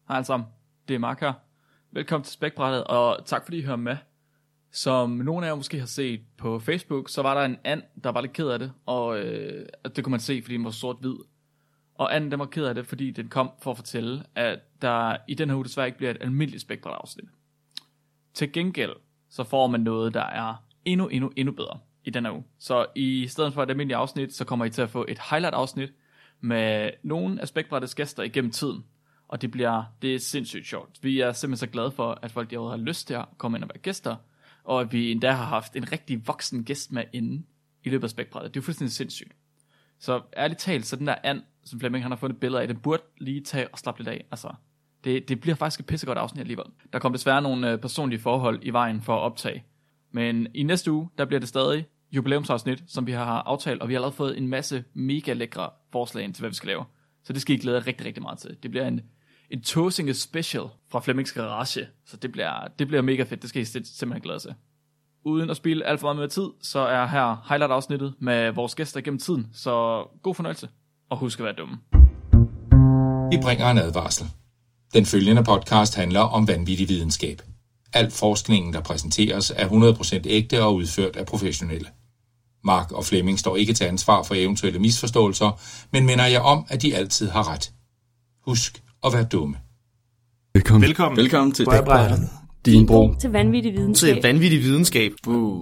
Hej alle sammen, det er Mark her. Velkommen til Spækbrættet, og tak fordi I hører med. Som nogle af jer måske har set på Facebook, så var der en and, der var lidt ked af det, og det kunne man se, fordi den var sort-hvid. Og anden, den var ked af det, fordi den kom for at fortælle, at der i den her uge desværre ikke bliver et almindeligt Spækbræt-afsnit. Til gengæld, så får man noget, der er endnu bedre i den her uge. Så i stedet for et almindeligt afsnit, så kommer I til at få et highlight-afsnit med nogle af Spækbrættets gæster igennem tiden. Og det er sindssygt sjovt. Vi er simpelthen så glade for, at folk derude har lyst til at komme ind og være gæster, og at vi endda har haft en rigtig voksen gæst med inde i løbet af Spækbrættet. Det er jo fuldstændig sindssygt. Så ærligt talt, så den der and, som Flemming han har fundet billeder af, den burde lige tage og slappe lidt af. Altså, det bliver faktisk et pissegodt afsnit alligevel. Der kom desværre nogle personlige forhold i vejen for at optage. Men i næste uge, der bliver det stadig jubilæumsafsnit, som vi har aftalt, og vi har allerede fået en masse mega lækre forslag ind til, hvad vi skal lave. Så det skal I glæde jer rigtig, rigtig meget til. Det bliver en Tåsinge special fra Flemmings Garage. Så det bliver mega fedt. Det skal I simpelthen glæde til. Uden at spille alt for meget med tid, så er her highlight-afsnittet med vores gæster gennem tiden. Så god fornøjelse, og husk at være dumme. Vi bringer en advarsel. Den følgende podcast handler om vanvittig videnskab. Al forskningen, der præsenteres, er 100% ægte og udført af professionelle. Mark og Flemming står ikke til ansvar for eventuelle misforståelser, men minder jer om, at de altid har ret. Husk at være dumme. Velkommen til Spækbrættet. Din bro til vanvittig videnskab. Til vanvittig videnskab.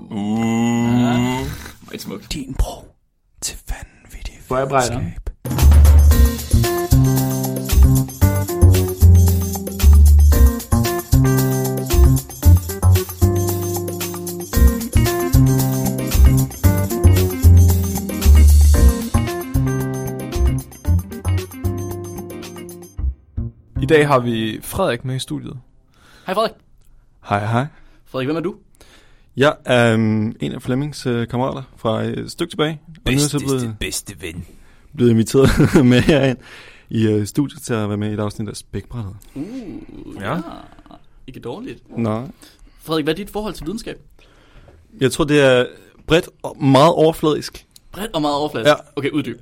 Meget smukt. Din bro til vanvittig Spækbrættet. videnskab. I dag har vi Frederik med i studiet. Hej Frederik. Hej. Frederik, hvem er du? Jeg er en af Flemmings kammerater fra et stykke tilbage. Og nu er så bedste ven. blevet inviteret med herind i studiet til at være med i et afsnit af Spækbrættet. Ja. Ikke dårligt. Nå. Frederik, hvad er dit forhold til videnskab? Jeg tror, det er bredt og meget overfladisk. Bredt og meget overfladisk? Ja. Okay, uddyb.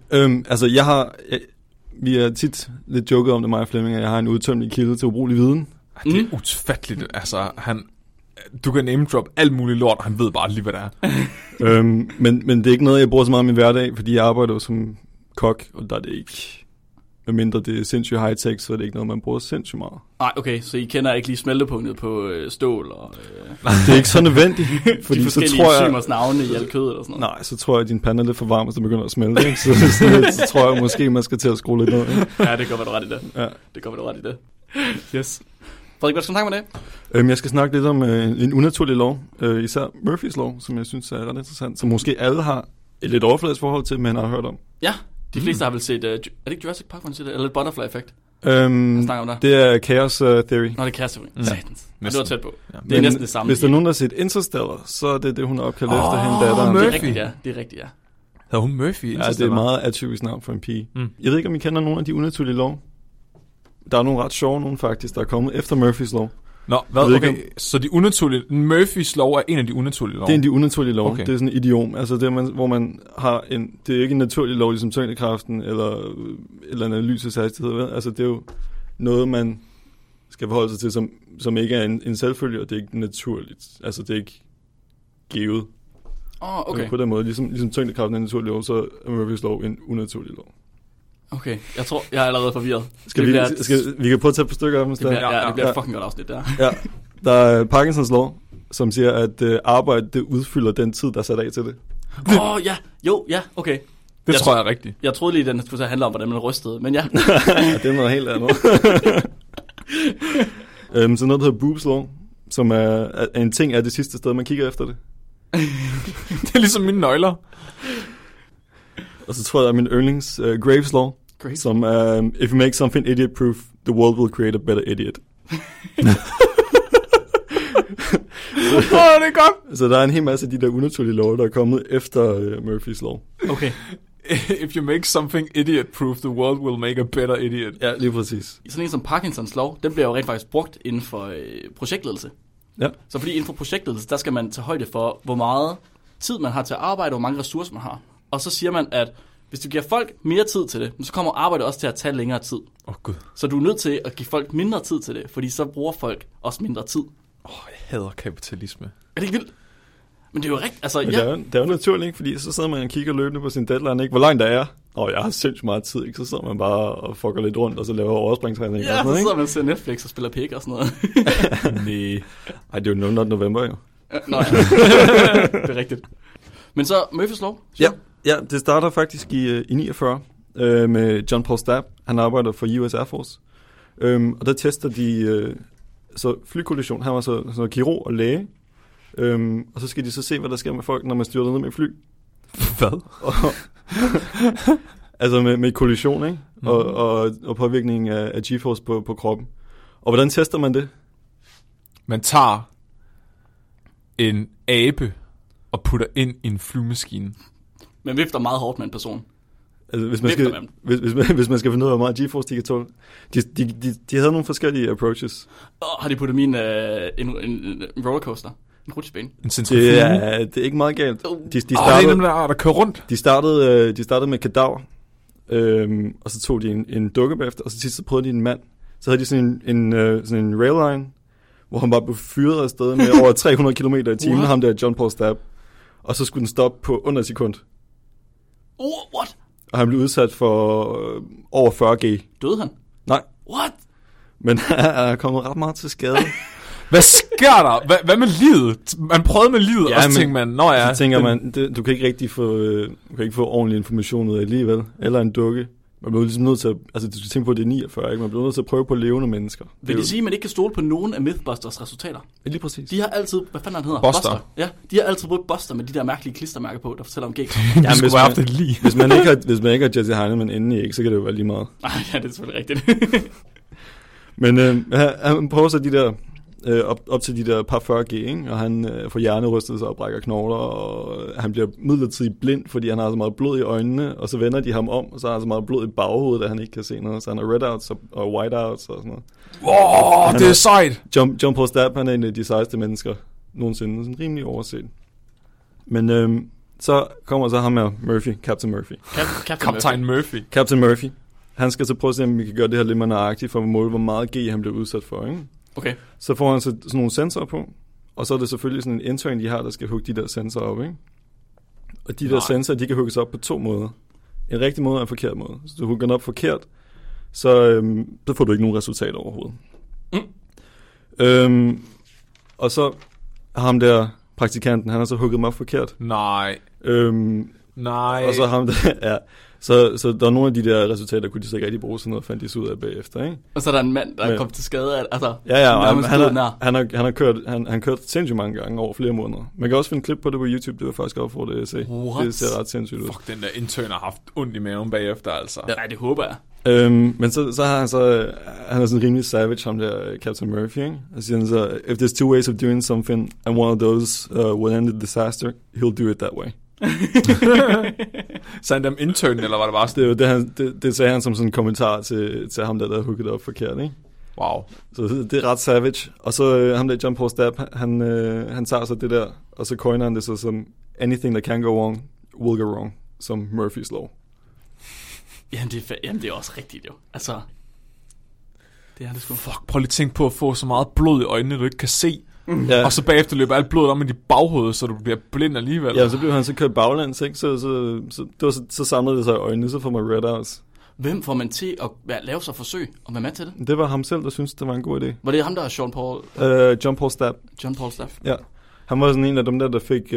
Vi er tit lidt joket om det, mig og Flemming, at jeg har en udtømmelig kilde til ubrugelig viden. Det er utfatteligt. Altså, du kan name drop alt muligt lort, og han ved bare lige, hvad det er. Men det er ikke noget, jeg bruger så meget i min hverdag, fordi jeg arbejder jo som kok, og der er det ikke... Medmindre det er sindssygt high-tech, så er det ikke noget, man bruger sindssygt meget. Nej, okay, så I kender ikke lige smeltepunktet på stål og... Det er ikke så nødvendigt, fordi de så forskellige tror jeg... enzymers navne i alt kødet og sådan noget. Nej, så tror jeg, at din pande er lidt for varm, hvis den begynder at smelte, ikke? Så tror jeg måske, man skal til at skrue lidt ned. Ikke? Ja, det går ret i det. Ja. Det går ret i det. Yes. Frederik, hvad skal du snakke med det? Jeg skal snakke lidt om en unaturlig lov, især Murphys lov, som jeg synes er ret interessant, som måske alle har et lidt overfladisk forhold til, men har hørt om. Ja, de fleste har vel set... er det ikke Jurassic Park, man siger det? Eller et Butterfly Effect? Snakker om der. Det er Chaos Theory. Nå, det er Chaos Theory. Satans. Men det var tæt på. Ja. Det er næsten det samme. Hvis der er nogen, der har set Interstellar, så er det hun er opkaldt efter hende datteren. Det er Murphy. rigtigt, ja. Det er rigtigt, ja. Hedder hun Murphy? Ja, det er meget atypisk navn for en pige. Jeg ved ikke, om I kender nogle af de unaturlige lov. Der er nogle ret sjove nogen faktisk, der er kommet efter Murphys lov. Nå, hvad? Okay. Så de unaturlige... Murphys lov er en af de unaturlige lov? Det er en af de unaturlige lov. Okay. Det er sådan en idiom. Altså det, hvor man har en... Det er ikke en naturlig lov, ligesom tyngdekraften eller analysets hastighed. Altså det er jo noget, man skal forholde sig til, som ikke er en selvfølge, og det er ikke naturligt. Altså det er ikke givet. Okay. På den måde, ligesom tyngdekraften er en naturlig lov, så er Murphys lov en unaturlig lov. Okay, jeg tror, jeg er allerede forvirret. Vi kan prøve at tage et par stykker af dem. Det bliver fucking godt afsnit, der. Ja, der er Parkinsons lov, som siger, at arbejde det udfylder den tid, der er sat af til det. Okay. Det tror jeg er rigtigt. Jeg troede lige, den skulle handle om, hvordan man rystede, men ja. Ja, det er noget helt andet. Så noget, der hedder Boobs lov, som er en ting af det sidste sted, man kigger efter det. Det er ligesom mine nøgler. Og så tror jeg, at min yndlings Graves law, som er, if you make something idiot-proof, the world will create a better idiot. Det er godt. Så der er en hel masse af de der unaturlige love, der er kommet efter Murphys law. Okay. If you make something idiot-proof, the world will make a better idiot. Ja, lige præcis. Sådan en som Parkinsons lov, den bliver jo rent faktisk brugt inden for projektledelse. Ja. Så fordi inden for projektledelse, der skal man tage højde for, hvor meget tid man har til at arbejde, og hvor mange ressourcer man har. Og så siger man, at hvis du giver folk mere tid til det, så kommer arbejdet også til at tage længere tid. Gud. Så du er nødt til at give folk mindre tid til det, fordi så bruger folk også mindre tid. Jeg hader kapitalisme. Er det ikke vildt? Men det er jo rigtigt, altså Men ja. det er jo naturligt, ikke? Fordi så sidder man og kigger løbende på sin deadline, ikke? Hvor langt der er. Jeg har sindssygt meget tid, ikke? Så sidder man bare og fucker lidt rundt, og så laver overspringstræning. Ja, så sidder man og ser Netflix og spiller pik og sådan noget. Nej. Ej, det er jo november, jo. Nå ja, det er rigtigt. Men så Murphys Law? Ja, det starter faktisk i 49 med John Paul Stapp. Han arbejder for US Air Force. Og der tester de så flykollision. Han var så kirurg og læge. Og så skal de så se, hvad der sker med folk, når man styrter ned med fly. Hvad? Altså med kollision, ikke? Og påvirkning af G-force på kroppen. Og hvordan tester man det? Man tager en abe og putter ind i en flyvemaskine. Men vifter meget hårdt med en person. Altså, hvis man skal finde ud af, hvor meget G-force de kan tåle. De havde nogle forskellige approaches. Har de puttet min en rollercoaster? En rutsjebane? En centrifuge? Det er ikke meget galt. Det er dem der kører rundt. De startede med kadaver, og så tog de en dukke bagefter, og så sidst så prøvede de en mand. Så havde de sådan en railline, hvor han bare blev fyret afsted med over 300 km i timen, ham der John Paul Stapp. Og så skulle den stoppe på under et sekund. What? Og han blev udsat for over 40G. Døde han? Nej. What? Men han er kommet ret meget til skade. Hvad sker der? Hvad med livet? Man prøvede med livet, og så tænker man, så tænker man, du kan ikke rigtig få ordentlig information ud af alligevel. Eller en dukke. Man bliver ligesom nødt til at, altså du skal tænke på, at det er 49, ikke? Man bliver nødt til at prøve på levende mennesker. Vil det sige, at man ikke kan stole på nogen af Mythbusters resultater? Ja, lige præcis. De har altid, hvad fanden han hedder? Buster. Ja, de har altid brugt Buster med de der mærkelige klistermærker på, der fortæller om G-kræfter. Hvis man ikke har Jesse Heinemann inde i, ikke, så kan det jo være lige meget. Ja, det er selvfølgelig rigtigt. Men han prøver så de der op til de der par 40G, ikke? Og han får hjernerystelse og brækker knogler, og han bliver midlertidigt blind, fordi han har så meget blod i øjnene, og så vender de ham om, og så har han så meget blod i baghovedet, at han ikke kan se noget, så han har redouts og whiteouts og sådan noget. Det er sejt! John Paul Stapp, han er en af de sejeste mennesker nogensinde, sådan rimelig overset. Men så kommer så ham her, Murphy, Captain Murphy. Captain Murphy. Han skal så prøve at se, om vi kan gøre det her lidt mere nøjagtigt, for at måle, hvor meget G han bliver udsat for, ikke? Okay. Så får han sådan nogle sensorer på, og så er det selvfølgelig sådan en intern, de har, der skal hugge de der sensorer op, ikke? Og de der sensorer, de kan hugges op på 2 måder. En rigtig måde og en forkert måde. Så du hugger den op forkert, så får du ikke nogen resultat overhovedet. Og så ham der praktikanten, han har så hugget dem op forkert. Nej. Og så ham der, ja. Så der er nogle af de der resultater, kunne de så ikke rigtig bruge sådan noget, fandt de så ud af bagefter, ikke? Og så er der en mand, der er kommet til skade af, altså... Han har kørt sindssygt mange gange over flere måneder. Man kan også finde klip på det på YouTube, det var faktisk op for det at se. Det ser ret sindssygt ud. Fuck, den der intern har haft ondt i maven bagefter, altså. Ja. Nej, det håber jeg. Men så har han er sådan rimelig savage, ham der Captain Murphy, ikke? Og siger han så, if there's 2 ways of doing something, and one of those will end the disaster, he'll do it that way. Så han dem intern, eller var det bare sådan? Det sagde han som sådan en kommentar til ham der hugget op forkert, ikke? Wow. Så det er ret savage. Og så ham der John Paul Stapp, han tager så det der, og så coiner han det så som anything that can go wrong will go wrong, som Murphys Law. Jamen det er også rigtigt jo. Altså, det er det sgu. Fuck, prøv lige at tænke på at få så meget blod i øjnene, du ikke kan se. Ja. Og så bagefter løber alt blodet om i dit baghoved, så du bliver blind alligevel. Ja, så blev han så kørt baglæns, ikke? Så samlede det sig i øjnene, så får man redouts. Hvem får man til at lave sig forsøg og være med til det? Det var ham selv, der syntes, det var en god idé. Var det ham, der er John Paul Stapp. John Paul Stapp? Ja. Han var sådan en af dem der fik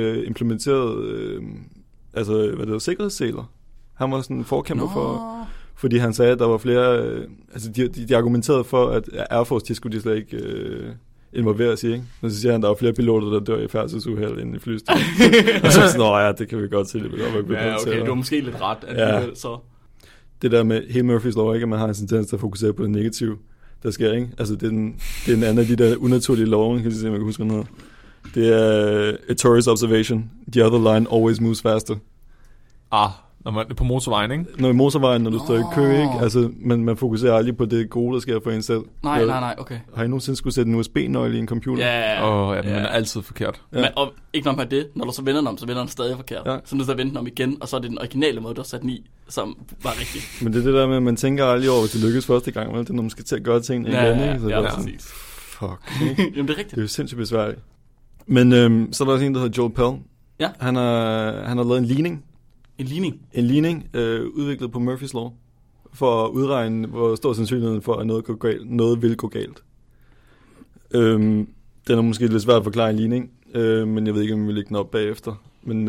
implementeret sikkerhedsseler. Han var sådan en forkæmper for... Fordi han sagde, at der var flere... de argumenterede for, at Air Force, de skulle de slet ikke... involveres i, ikke? Men så siger han, at der er flere piloter, der dør i færdselsuheld end i flystyret. Og så sådan, det kan vi godt se, det vil godt være okay, du er måske lidt ret alligevel, så... Det der med hele Murphys Law, ikke? At man har en tendens til at fokusere på det negative, der sker, ikke? Altså, det er en anden af de der unaturlige love, kan jeg se, om jeg kan huske noget. Det er a tourist observation. The other line always moves faster. Når man er på motorvejen, ikke? Når i motorvejen, når du står i kø, ikke? Altså, man fokuserer aldrig på det gode, der sker for en selv. Nej, okay. Har I nogensinde skulle sætte en USB-nøgle i en computer? Ja. Den er altid forkert. Ja. Men, og ikke nok med det, når du så vender den om, så vender den stadig forkert. Ja. Så nu så vender den om igen, og så er det den originale måde, du har sat den i, som var rigtig. Men det er det der med, at man tænker aldrig over, hvis det lykkes første gang, men det er, når man skal til at gøre tingene igen, ikke? Så ja, præcis. Fuck. Jamen, det er rigtigt. Det er jo sindssygt besværligt. Men så er der også en, der hedder Joel Pell. Ja. Han har lavet en ligning. En ligning udviklet på Murphy's Law, for at udregne, hvor stor sandsynligheden for, at noget vil gå galt. Den er måske lidt svært at forklare en ligning, men jeg ved ikke, om vi vil lægge den op bagefter. Men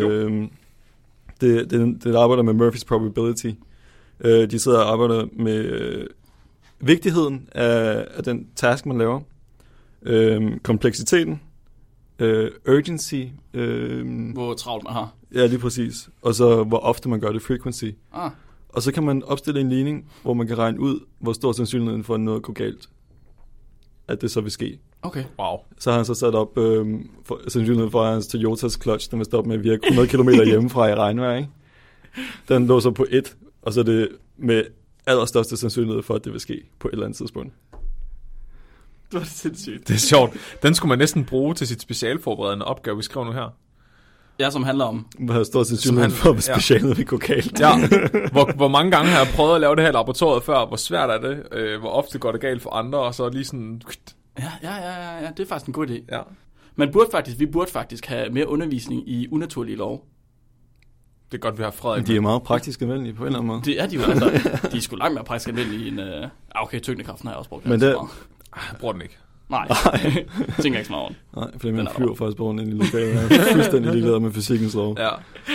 det arbejder med Murphy's Probability. De sidder og arbejder med vigtigheden af den task, man laver, kompleksiteten, urgency. Hvor travlt man har. Ja, lige præcis. Og så hvor ofte man gør det, frequency. Og så kan man opstille en ligning, hvor man kan regne ud, hvor stor sandsynligheden for, at noget går galt, at det så vil ske. Okay. Wow. Så har han så sat op sandsynligheden for, at hans Toyotas clutch, den vil stoppe med at virke 100 km hjemmefra i regnvejr, ikke? Den lå så på 1, og så er det med allerstørste sandsynlighed for, at det vil ske på et eller andet tidspunkt. Det var sindssygt. Det er sjovt. Den skulle man næsten bruge til sit specialforberedende opgave, vi skriver nu her. Ja, som handler om... Hvor har stor sandsynlighed for, at specialet vil gå galt. Ja. Hvor mange gange har jeg prøvet at lave det her i laboratoriet før? Hvor svært er det? Hvor ofte går det galt for andre? Og så lige sådan... Ja, det er faktisk en god idé. Ja. Vi burde faktisk have mere undervisning i unaturlige lov. Det er godt, vi har Frederik. De er meget praktisk anvendelige på en eller anden måde. Det er de jo, altså. De er sgu langt mere praktisk anvendelige end... Okay, tyngdekraften har jeg også brugt. Men det... Jeg bruger den ikke. Nej. Tænker ikke så meget over. Nej, fordi man flyver faktisk på rundt ind i lokalet. Jeg er fuldstændig ligeglad med fysikkens lov. Ja.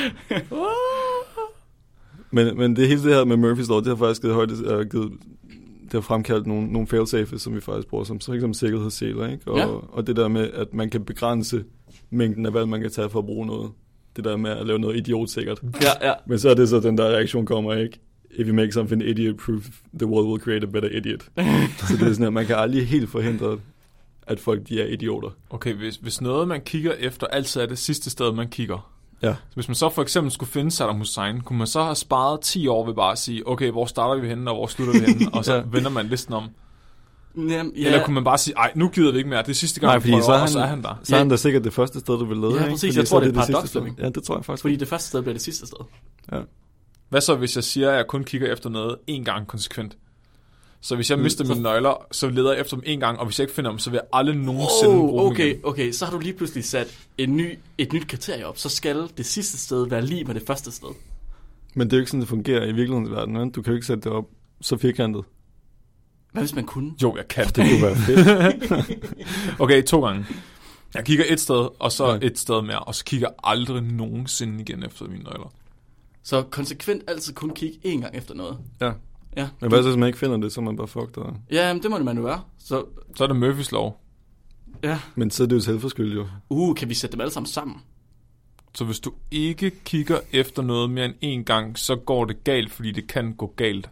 Men det hele det her med Murphy's Law, det har faktisk det har fremkaldt nogle failsafes, som vi faktisk bruger som sikkerhedsseler, ikke? Og det der med, at man kan begrænse mængden af valg, man kan tage for at bruge noget. Det der med at lave noget idiotsikkert. Ja. Men så er det så, den der reaktion kommer, ikke? If you make something idiot-proof, the world will create a better idiot. Så det er sådan, at man kan aldrig helt forhindre, at folk de er idioter. Okay, hvis noget, man kigger efter, altid er det sidste sted, man kigger. Ja. Så hvis man så for eksempel skulle finde Saddam Hussein, kunne man så have sparet 10 år ved bare at sige, okay, hvor starter vi henne, og hvor slutter vi henne, og så vender man listen om. Jamen, ja. Eller kunne man bare sige, ej, nu gider vi ikke mere, det er sidste gang, vi prøver, og så er han der. Så er han da sikkert det første sted, du vil lede. Ja, præcis, jeg tror, det er et paradoks. Ja, det tror jeg faktisk. Fordi det første sted bliver det sidste sted. Ja. Hvad så, hvis jeg siger, at jeg kun kigger efter noget én gang konsekvent? Så hvis jeg mister mine nøgler, så leder jeg efter dem én gang, og hvis jeg ikke finder dem, så vil jeg aldrig nogensinde bruge dem igen. Okay, så har du lige pludselig sat et nyt kriterie op, så skal det sidste sted være lige med det første sted. Men det er jo ikke sådan, det fungerer i virkelighedens verden. Du kan jo ikke sætte det op så firkantet. Hvad hvis man kunne? Jo, jeg kan. Det kunne være fedt. Okay, 2 gange. Jeg kigger et sted, og så et sted mere, og så kigger jeg aldrig nogensinde igen efter mine nøgler. Så konsekvent altid kun kigge 1 gang efter noget. Ja. Ja. Men hvad så, hvis man ikke finder det, så er man bare fucked? Ja, men det må det man jo være. Så er det Murphys lov. Ja. Men så er det jo selvforskyldt jo. Kan vi sætte dem alle sammen? Så hvis du ikke kigger efter noget mere end 1 gang, så går det galt, fordi det kan gå galt.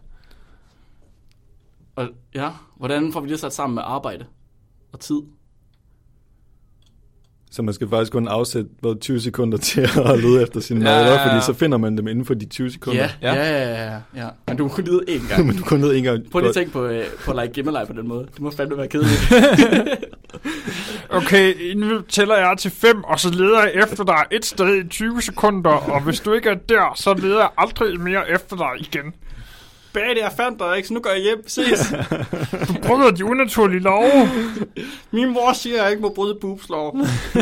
Og ja, hvordan får vi det sat sammen med arbejde og tid? Så man skal faktisk kun afsætte 20 sekunder til at lede efter sine nøgler, fordi så finder man dem inden for de 20 sekunder. Ja. Men du må kun lede 1 gang. Men du kun lede 1 gang. Prøv lige at tænke på like Gimmelej på den måde. Det må fandme være kedeligt. Okay, nu tæller jeg til 5, og så leder jeg efter dig et sted i 20 sekunder, og hvis du ikke er der, så leder jeg aldrig mere efter dig igen. Bag det, jeg fandt dig, ikke? Så nu går jeg hjem. Ses. Du bryder de unaturlige love. Min mor siger, at jeg ikke må bryde boobs lov.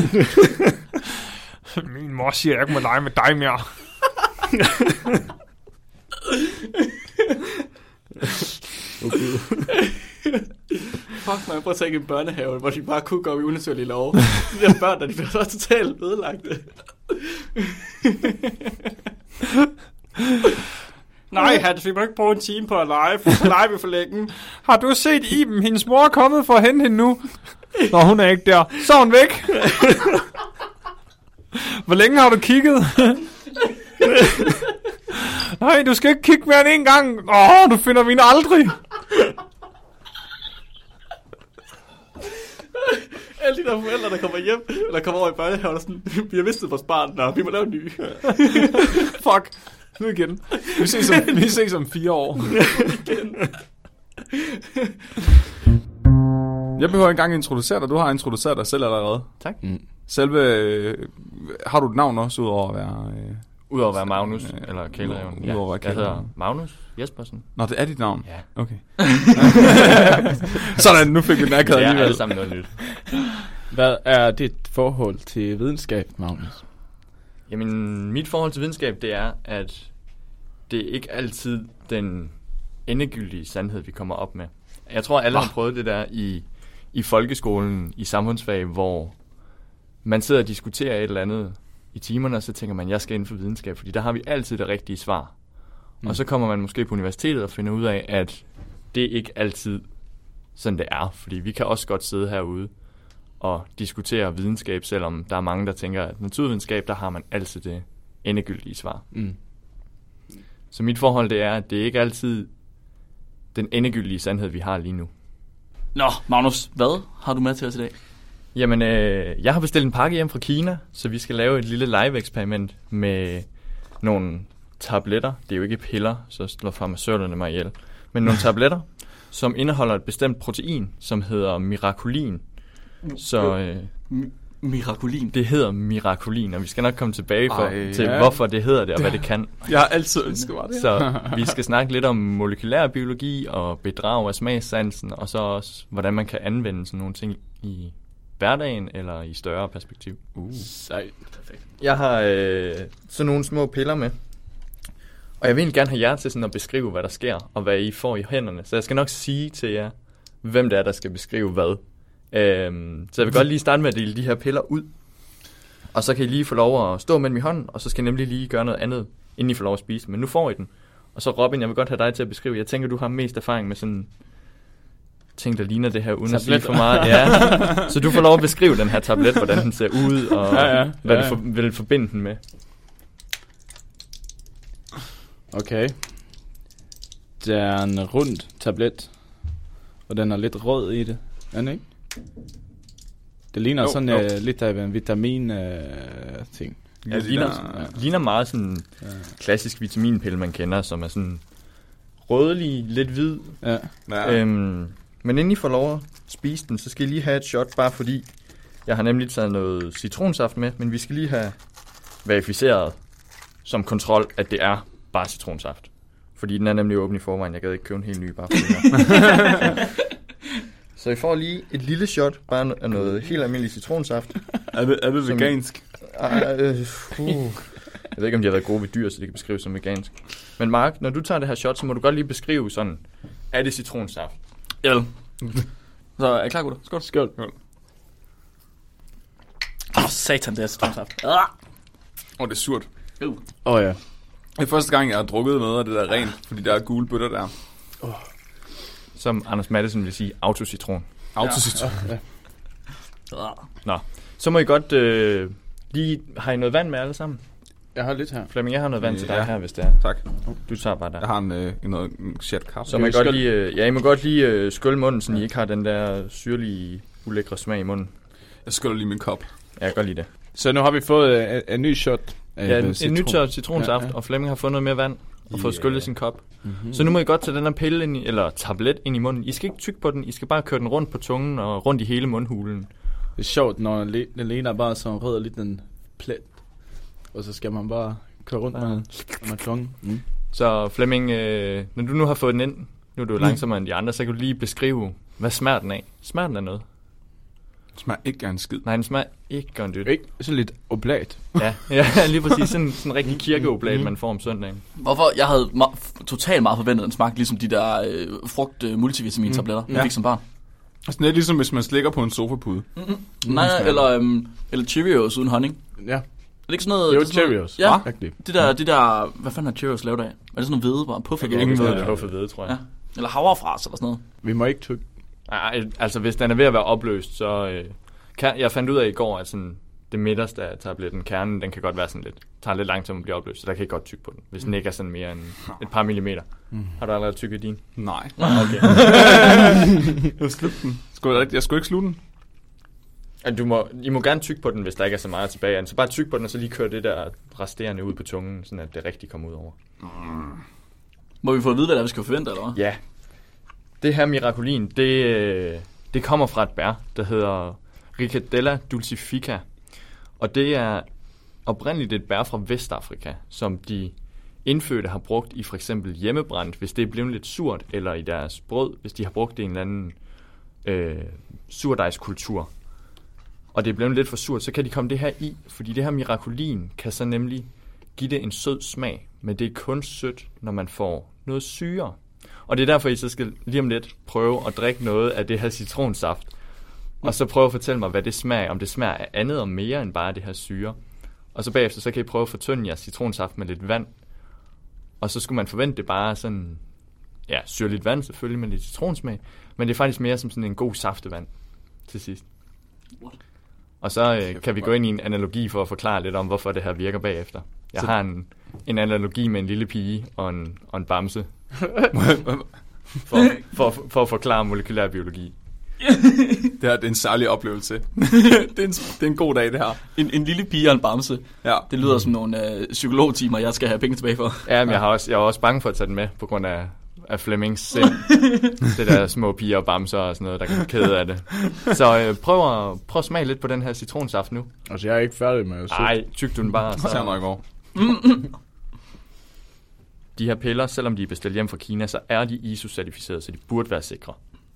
Min mor siger, at jeg ikke må lege med dig mere. Okay. Fuck mig, prøv at tænke en børnehave, hvor de bare kunne gå op i unaturlige love. De der børn, der de bliver så totalt ødelagte. Nej, Hans, vi må ikke bruge en time på at lege, for så leger vi for længe. Har du set Iben? Hendes mor er kommet for at hente hende nu. Nå, hun er ikke der. Så er hun væk. Hvor længe har du kigget? Nej, du skal ikke kigge mere end 1 gang. Du finder mine aldrig. Alle de der forældre, der kommer hjem, eller kommer over i børnehaven, og sådan, vi har mistet vores barn, vi må lave en ny. Fuck. Nu igen. Vi ses om 4 år. Jeg behøver ikke engang introducere dig. Du har introduceret dig selv allerede. Tak. Selve... har du et navn også, udover at være... Udover at være Magnus, eller kælereven. Ja, jeg hedder Magnus Jespersen. Nå, det er dit navn? Ja. Okay. Sådan, nu fik vi den akkurat alligevel. Det er alle sammen noget nyt. Hvad er dit forhold til videnskab, Magnus? Jamen, mit forhold til videnskab, det er, at det er ikke altid den endegyldige sandhed, vi kommer op med. Jeg tror, alle har prøvet det der i folkeskolen, i samfundsfag, hvor man sidder og diskuterer et eller andet i timerne, og så tænker man, jeg skal inden for videnskab, fordi der har vi altid det rigtige svar. Og så kommer man måske på universitetet og finder ud af, at det ikke altid sådan det er, fordi vi kan også godt sidde herude og diskutere videnskab, selvom der er mange, der tænker, at naturvidenskab, der har man altid det endegyldige svar. Så mit forhold, det er, at det ikke altid den endegyldige sandhed, vi har lige nu. Nå, Magnus, hvad har du med til os i dag? Jamen, jeg har bestilt en pakke hjem fra Kina, så vi skal lave et lille live-eksperiment med nogle tabletter. Det er jo ikke piller, så slår farmaceuterne mig ihjel. Men nogle tabletter, som indeholder et bestemt protein, som hedder miraculin. Så Miraculin? Det hedder miraculin, og vi skal nok komme tilbage til, hvorfor det hedder det, og hvad det kan. Jeg har altid ønsket mig det. Så vi skal snakke lidt om molekylær biologi og bedrag af smagssansen, og så også, hvordan man kan anvende sådan nogle ting i hverdagen eller i større perspektiv. Sejt. Perfekt. Jeg har sådan nogle små piller med, og jeg vil egentlig gerne have jer til sådan at beskrive, hvad der sker, og hvad I får i hænderne. Så jeg skal nok sige til jer, hvem det er, der skal beskrive hvad. Så jeg vil godt lige starte med at dele de her piller ud, og så kan I lige få lov at stå med dem i hånden, og så skal I nemlig lige gøre noget andet, inden I får lov at spise. Men nu får I den. Og så Robin, jeg vil godt have dig til at beskrive. Jeg tænker, du har mest erfaring med sådan ting, der ligner det her, uden at sige for meget. Ja. Så du får lov at beskrive den her tablet, hvordan den ser ud, og hvad du vil forbinde den med. Okay. Det er en rund tablet, og den er lidt rød i det. Er den ikke? Det ligner sådan lidt af en vitamin-ting. Ja, det ligner meget sådan klassisk vitaminpille, man kender, som er sådan rødlig, lidt hvid. Ja. Men inden I får lov at spise den, så skal I lige have et shot, bare fordi jeg har nemlig taget noget citronsaft med, men vi skal lige have verificeret som kontrol, at det er bare citronsaft. Fordi den er nemlig åben i forvejen. Jeg gad ikke købe en helt ny bare for Så I får lige et lille shot, bare af noget helt almindelig citronsaft. Er det vegansk? Jeg ved ikke, om de har været gode ved dyr, så det kan beskrives som vegansk. Men Mark, når du tager det her shot, så må du godt lige beskrive sådan, er det citronsaft? Ja. Så er I klar, gutter? Skål. Skål. Satan, det er citronsaft. Det er surt. Ja. Det er første gang, jeg har drukket noget af det der rent, fordi der er gule bøtter der. Som Anders Mattesen vil sige, autocitron. Autocitron. Ja. Nå, så må I godt lige... Har I noget vand med alle sammen? Jeg har lidt her. Flemming, jeg har noget vand til dig her, hvis det er. Tak. Du tager bare der. Jeg har en chat kaffe. Så må I godt lige... I må godt lige skylde munden, så I ikke har den der syrlige, ulækre smag i munden. Jeg skyller lige min kop. Ja, jeg kan godt lide det. Så nu har vi fået en ny shot. Ja, en ny tør citronsaft, og Flemming har fundet noget mere vand og fået skyllet sin kop. Så nu må I godt tage den her pille ind eller tablet ind i munden. I skal ikke tygge på den, I skal bare køre den rundt på tungen og rundt i hele mundhulen. Det er sjovt, når den ligner bare sådan rød lidt en plet. Og så skal man bare køre rundt med tungen. Så Flemming, når du nu har fået den ind, nu er du langsommere end de andre, så kan du lige beskrive, hvad smager den af? Smager den af noget? Det smager ikke af en skid. Nej, den smager ikke af en dyt. Ikke sådan lidt oblat. Ja, lige præcis. Sådan en rigtig kirkeoblat, man får om søndagen. Hvorfor? Jeg havde totalt meget forventet, den smagte ligesom de der frugt-multivitamin-tabletter, jeg fik som barn. Altså, det er ligesom, hvis man slikker på en sofapude. Nej, eller Cheerios uden honning. Ja. Er det ikke sådan noget... Jo, Cheerios. Ja, det der... Hvad fanden har Cheerios lavet af? Er det sådan noget hvede, bare puffet hvede? Ingen ved, det er puffet hvede, tror jeg. Ja. Eller havrefras eller sådan noget. Vi må ikke tygge. Nej, altså hvis den er ved at være opløst, så... jeg fandt ud af i går, at sådan, det midterste af tabletten, kernen, den kan godt være sådan lidt... tager lidt langsomt at blive opløst, så der kan ikke godt tygge på den. Hvis den ikke er sådan mere end et par millimeter. Har du allerede tygget din? Nej. Okay. Jeg skulle ikke slutte den. I må gerne tygge på den, hvis der ikke er så meget tilbage. Så bare tygge på den, og så lige køre det der resterende ud på tungen, sådan at det rigtig kommer ud over. Må vi få at vide, hvad der vi skal forvente, eller hvad? Ja. Det her miraculin, det kommer fra et bær, der hedder Ricadella dulcifica. Og det er oprindeligt et bær fra Vestafrika, som de indfødte har brugt i for eksempel hjemmebrændt, hvis det er blevet lidt surt, eller i deres brød, hvis de har brugt det i en eller anden surdejskultur. Og det er blevet lidt for surt, så kan de komme det her i, fordi det her miraculin kan så nemlig give det en sød smag, men det er kun sødt, når man får noget syre. Og det er derfor, I så skal lige om lidt prøve at drikke noget af det her citronsaft, og så prøve at fortælle mig, hvad det smager, om det smager af andet og mere end bare det her syre. Og så bagefter, så kan I prøve at fortynde jeres citronsaft med lidt vand, og så skulle man forvente det bare sådan, ja, syrligt vand selvfølgelig med lidt citronsmag, men det er faktisk mere som sådan en god saftevand til sidst. Og så kan vi gå ind i en analogi for at forklare lidt om, hvorfor det her virker bagefter. Jeg har en analogi med en lille pige og en bamse. for at forklare molekylær biologi. Det er en særlig oplevelse. det er en god dag, det her. En lille pige og en bamse. Ja. Det lyder som nogle psykologtimer, jeg skal have penge tilbage for. Ja, men jeg er også bange for at tage den med, på grund af Flemmings sind. Det der små piger og bamser og sådan noget, der kan blive kede af det. Så prøv at smage lidt på den her citronsaft nu. Altså, jeg er ikke færdig med at se. Nej, tyk du den bare. Så jeg nok går. De her piller, selvom de er bestilt hjem fra Kina, så er de ISO-certificeret, så de burde være sikre.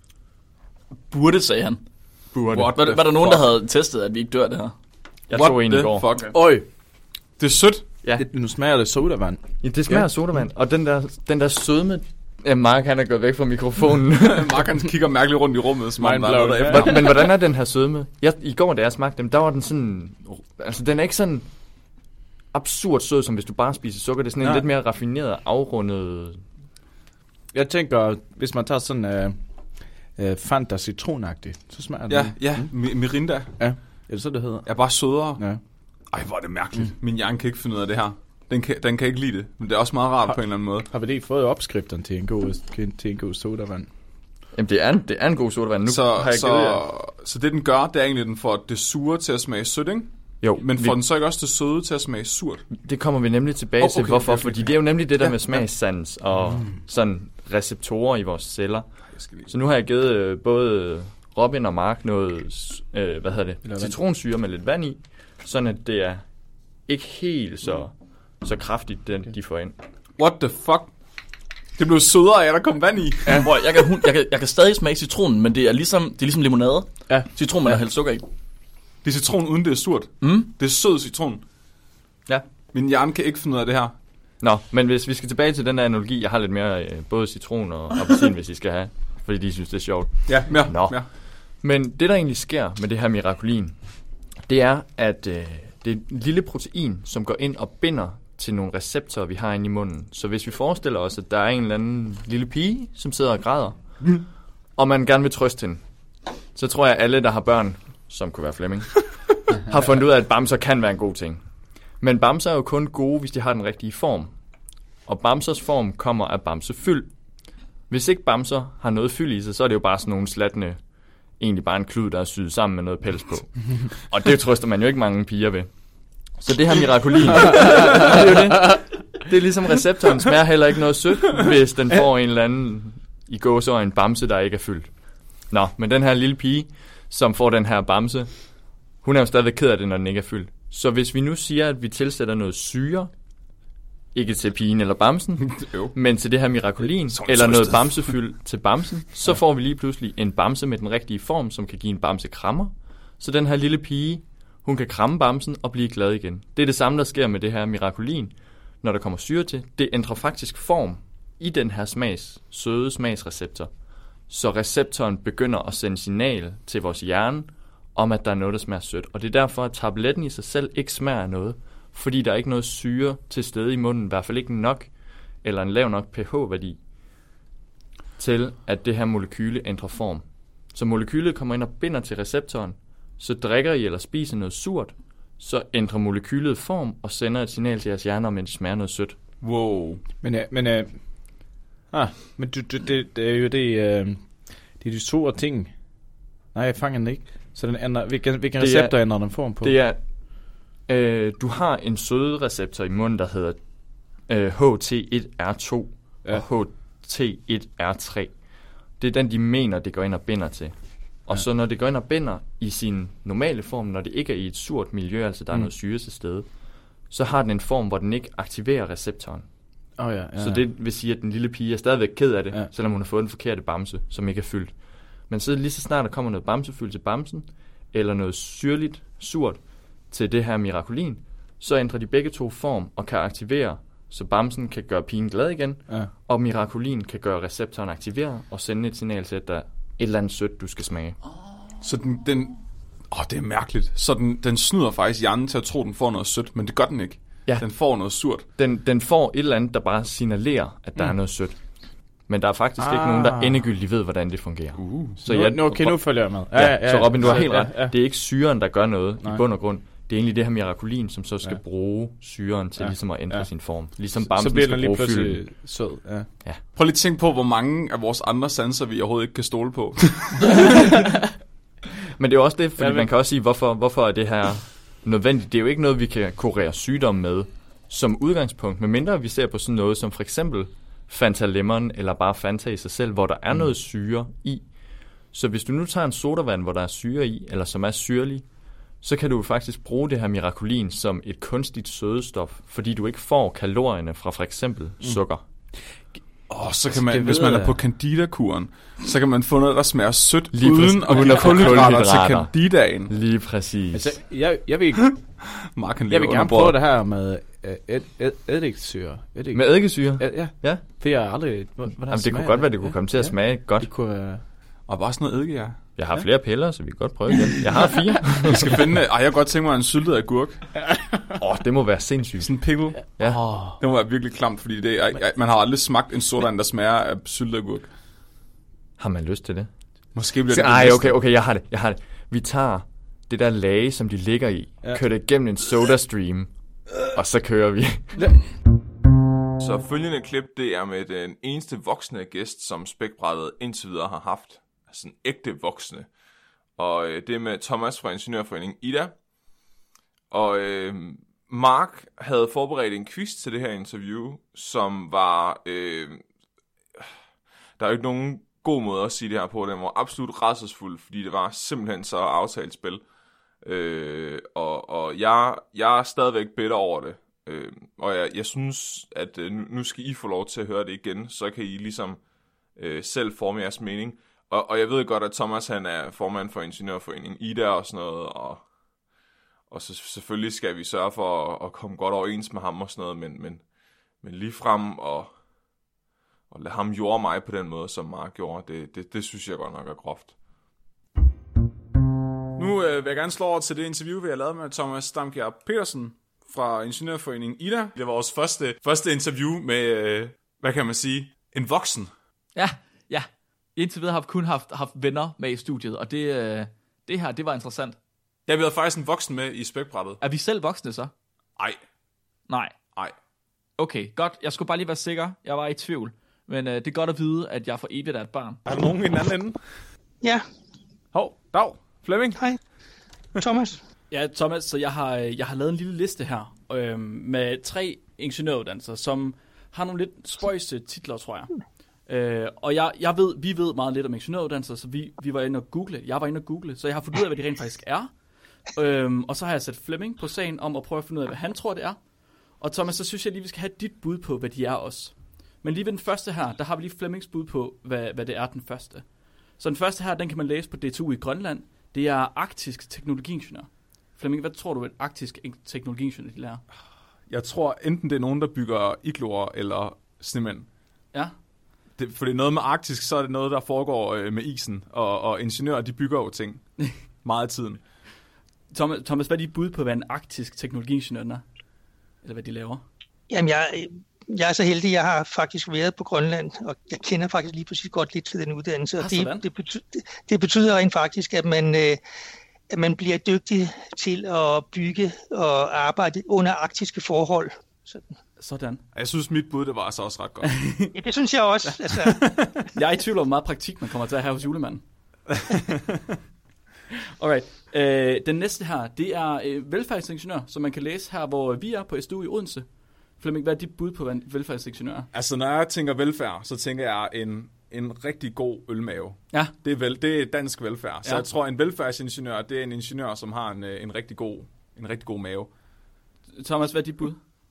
Burde, sagde han. Burde. Var der nogen, der havde testet, at vi ikke dør det her? Jeg tog en i går. Fuck? Øj, Det er sødt. Ja. nu smager det sodavand. Ja, det smager af sodavand. Og den der sødme... Ja, Mark, han er gået væk fra mikrofonen. Mark, han kigger mærkeligt rundt i rummet, som om der er noget Mindblown, derefter. Men hvordan er den her sødme? I går, da jeg smagte dem, der var den sådan... Altså, den er ikke sådan absurd sød, som hvis du bare spiser sukker. Det er sådan en lidt mere raffineret, afrundet... Jeg tænker, hvis man tager sådan Fanta citronagtigt, så smager det. Ja, Mirinda. Ja, det så det hedder. Er bare sødere. Ja. Ej, hvor er det mærkeligt. Min hjerne kan ikke finde ud af det her. Den kan ikke lide det, men det er også meget rart på en eller anden måde. Har vi lige fået opskrifterne til en god sodavand? Jamen, det er en god sodavand. Nu har jeg så det, den gør, det er egentlig, at den får det sure til at smage sødt, ikke? Jo. Men får den så ikke også det søde til at smage surt? Det kommer vi nemlig tilbage til, hvorfor. Okay. Fordi det er jo nemlig det der med smagssans og sådan receptorer i vores celler. Så nu har jeg givet både Robin og Mark noget, citronsyre med lidt vand i, sådan at det er ikke helt så kraftigt, den de får ind. What the fuck? Det blev sødere af, at der kom vand i. Ja. Jeg kan stadig smage citronen, men det er ligesom limonade. Ja. Citron, man har hældt sukker i. Det er citron, uden det er surt. Det er sød citron. Ja. Min hjerne kan ikke finde ud af det her. Nå, men hvis vi skal tilbage til den der analogi, jeg har lidt mere både citron og appelsin, hvis I skal have, fordi de synes, det er sjovt. Ja, mere. Nå. Mere. Men det, der egentlig sker med det her miraculin, det er, at det er et lille protein, som går ind og binder til nogle receptorer, vi har inde i munden. Så hvis vi forestiller os, at der er en eller anden lille pige, som sidder og græder, og man gerne vil trøste hende, så tror jeg, at alle, der har børn, som kunne være Flemming, har fundet ud af, at bamser kan være en god ting. Men bamser er jo kun gode, hvis de har den rigtige form. Og bamsers form kommer af bamsefyld. Hvis ikke bamser har noget fyld i sig, så er det jo bare sådan nogle slattende, egentlig bare en klud, der er syet sammen med noget pels på. Og det trøster man jo ikke mange piger ved. Så det her miraculin, det er jo det. Det er ligesom receptoren smager heller ikke noget sødt, hvis den får en eller anden i gåseøjne bamse, der ikke er fyldt. Nå, men den her lille pige, som får den her bamse, hun er jo stadigvæk ked af det, når den ikke er fyldt. Så hvis vi nu siger, at vi tilsætter noget syre, ikke til pigen eller bamsen, men til det her miraculin, eller noget bamsefyld til bamsen, så får vi lige pludselig en bamse med den rigtige form, som kan give en bamsekrammer. Så den her lille pige, hun kan kramme bamsen og blive glad igen. Det er det samme, der sker med det her miraculin, når der kommer syre til. Det ændrer faktisk form i den her søde smagsreceptor. Så receptoren begynder at sende signal til vores hjerne, om at der er noget, der smager sødt. Og det er derfor, at tabletten i sig selv ikke smager af noget, fordi der er ikke noget syre til stede i munden, i hvert fald ikke nok, eller en lav nok pH-værdi, til at det her molekyle ændrer form. Så molekylet kommer ind og binder til receptoren, så drikker I eller spiser noget surt, så ændrer molekylet form og sender et signal til jeres hjerne, om at det smager noget sødt. Wow. Men det er jo det er de to ting, Nej, jeg fanger den ikke. Så den ændrer, hvilken receptor ændrer den form på? Det er, du har en sødereceptor i munden, der hedder HT1R2 og HT1R3. Det er den, de mener, det går ind og binder til. Og så når det går ind og binder i sin normale form, når det ikke er i et surt miljø, altså der er noget syre til stede, så har den en form, hvor den ikke aktiverer receptoren. Så det vil sige, at den lille pige er stadigvæk ked af det, selvom hun har fået den forkerte bamse, som ikke er fyldt. Men så lige så snart der kommer noget bamsefyld til bamsen, eller noget syrligt, surt til det her Miraculin, så ændrer de begge to form og kan aktivere, så bamsen kan gøre pigen glad igen, og Miraculin kan gøre receptoren aktivere og sende et signal til, at der er et eller andet sødt, du skal smage. Så det er mærkeligt. Så den snyder faktisk hjernen til at tro, den får noget sødt, men det gør den ikke. Ja. Den får noget surt. Den får et eller andet, der bare signalerer, at der er noget sødt. Men der er faktisk ikke nogen, der endegyldigt ved, hvordan det fungerer. Så nu følger jeg med. Så Robin, du har helt ret. Det er ikke syren, der gør noget i bund og grund. Det er egentlig det her Miraculin, som så skal bruge syren til ligesom at ændre sin form. Ligesom bamsen så bliver den lige pludselig sød. Ja. Prøv lige at tænke på, hvor mange af vores andre sanser, vi overhovedet ikke kan stole på. Men det er også det, fordi man kan også sige, hvorfor er det her nødvendigt. Det er jo ikke noget, vi kan kurere sygdom med som udgangspunkt, medmindre vi ser på sådan noget som for eksempel Fanta Lemon eller bare Fanta i sig selv, hvor der er noget syre i. Så hvis du nu tager en sodavand, hvor der er syre i, eller som er syrlig, så kan du faktisk bruge det her Miraculin som et kunstigt sødestof, fordi du ikke får kalorierne fra for eksempel sukker. Så kan man, hvis man er på Candida-kuren, så kan man få noget, der smager sødt, uden at give kulhydrater til Candidaen. Lige præcis. Altså, jeg vil gerne prøve det her med eddikesyre. Med eddikesyre? Ja. For jeg har aldrig... Det kunne godt være, det kunne komme til at smage godt. Det kunne være... Og bare sådan noget eddike, ja. Jeg har flere piller, så vi kan godt prøve igen. Jeg har 4. Vi skal finde... jeg kan godt tænke mig en syltet agurk. Det må være sindssygt. Sådan en pickle. Ja. Det må være virkelig klamt, fordi man har aldrig smagt en sodavand, der smager af syltet agurk. Har man lyst til det? Måske bliver det... Okay, jeg har det. Vi tager det der lage, som de ligger i, kører det igennem en SodaStream, og så kører vi. Så følgende klip, det er med den eneste voksne gæst, som Spækbrættet indtil videre har haft. Altså en ægte voksne. Og det er med Thomas fra Ingeniørforeningen Ida. Og Mark havde forberedt en quiz til det her interview, som var... der er jo ikke nogen god måde at sige det her på. Den var absolut rædselsfuld, fordi det var simpelthen så aftalt spil. Og jeg er stadigvæk bitter over det. Og jeg synes, at nu skal I få lov til at høre det igen, så kan I ligesom selv forme jeres mening. Og jeg ved godt, at Thomas han er formand for Ingeniørforeningen Ida og sådan noget, og så selvfølgelig skal vi sørge for at komme godt overens med ham og sådan noget, men lige frem og lade ham jorde mig på den måde, som Mark gjorde, det synes jeg godt nok er groft. Nu vil jeg gerne slå over til det interview, vi har lavet med Thomas Damkjær Petersen fra Ingeniørforeningen Ida. Det var vores første interview med, hvad kan man sige, en voksen. Ja. Indtil videre har vi kun haft venner med i studiet, og det her, det var interessant. Ja, vi havde faktisk en voksen med i Spækbrættet. Er vi selv voksne så? Nej. Okay, godt. Jeg skulle bare lige være sikker. Jeg var i tvivl. Men det er godt at vide, at jeg for evigt er et barn. Er der nogen i den anden ende? Ja. Dag. Flemming. Hej. Thomas. Ja, Thomas, så jeg har lavet en lille liste her med 3 ingeniøruddannelser, som har nogle lidt spøjse titler, tror jeg. Og vi ved meget lidt om ingeniøruddannelser, så vi var inde og google. Jeg var inde og google, så jeg har fundet ud af, hvad de rent faktisk er. Og så har jeg sat Flemming på sagen om at prøve at finde ud af, hvad han tror, det er. Og Thomas, så synes jeg lige, vi skal have dit bud på, hvad de er også. Men lige ved den første her, der har vi lige Flemmings bud på, hvad det er den første. Så den første her, den kan man læse på DTU i Grønland. Det er arktisk teknologiingeniør. Flemming, hvad tror du, at arktisk teknologiingeniør de lærer? Jeg tror enten det er nogen, der bygger igloer eller snemænd. Ja. For det er noget med arktisk, så er det noget, der foregår med isen. Og ingeniører, de bygger jo ting meget af tiden. Thomas, hvad er dit bud på, hvad en arktisk teknologiingeniør er? Eller hvad de laver? Jamen, jeg er så heldig, jeg har faktisk været på Grønland, og jeg kender faktisk lige præcis godt lidt til den uddannelse. Og det betyder rent faktisk, at man bliver dygtig til at bygge og arbejde under arktiske forhold. Sådan. Jeg synes, mit bud, det var altså også ret godt. Ja, det synes jeg også. Altså. Jeg er i tvivl om, meget praktik man kommer til at have hos julemanden. Alright. Den næste her, det er velfærdsingeniør, som man kan læse her, hvor vi er på SDU i Odense. Flemming, hvad er dit bud på velfærdsingeniør? Altså, når jeg tænker velfærd, så tænker jeg en rigtig god ølmave. Ja. Det er dansk velfærd. Så jeg tror, en velfærdsingeniør, det er en ingeniør, som har en rigtig god mave. Thomas, hvad er dit bud?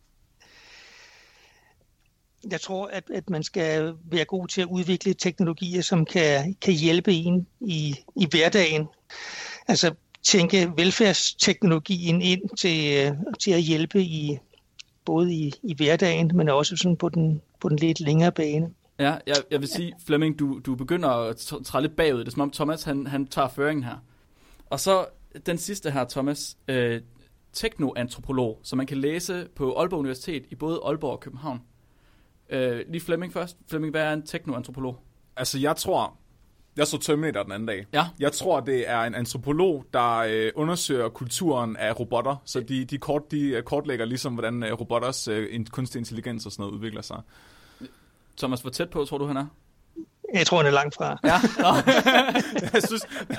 Jeg tror, at man skal være god til at udvikle teknologier, som kan hjælpe en i hverdagen. Altså tænke velfærdsteknologien ind til at hjælpe både i hverdagen, men også sådan på den lidt længere bane. Ja, jeg vil sige, Flemming, du begynder at træde lidt bagud. Det er som om Thomas, han tager føringen her. Og så den sidste her, Thomas, teknoantropolog, som man kan læse på Aalborg Universitet i både Aalborg og København. Lige Flemming først. Flemming, hvad er en teknoantropolog? Altså, jeg så Terminator den anden dag. Ja. Jeg tror, det er en antropolog, der undersøger kulturen af robotter. Så de kortlægger ligesom, hvordan robotters kunstig intelligens og sådan noget udvikler sig. Thomas, hvor tæt på tror du, han er? Jeg tror, han er langt fra. Ja. Jeg synes...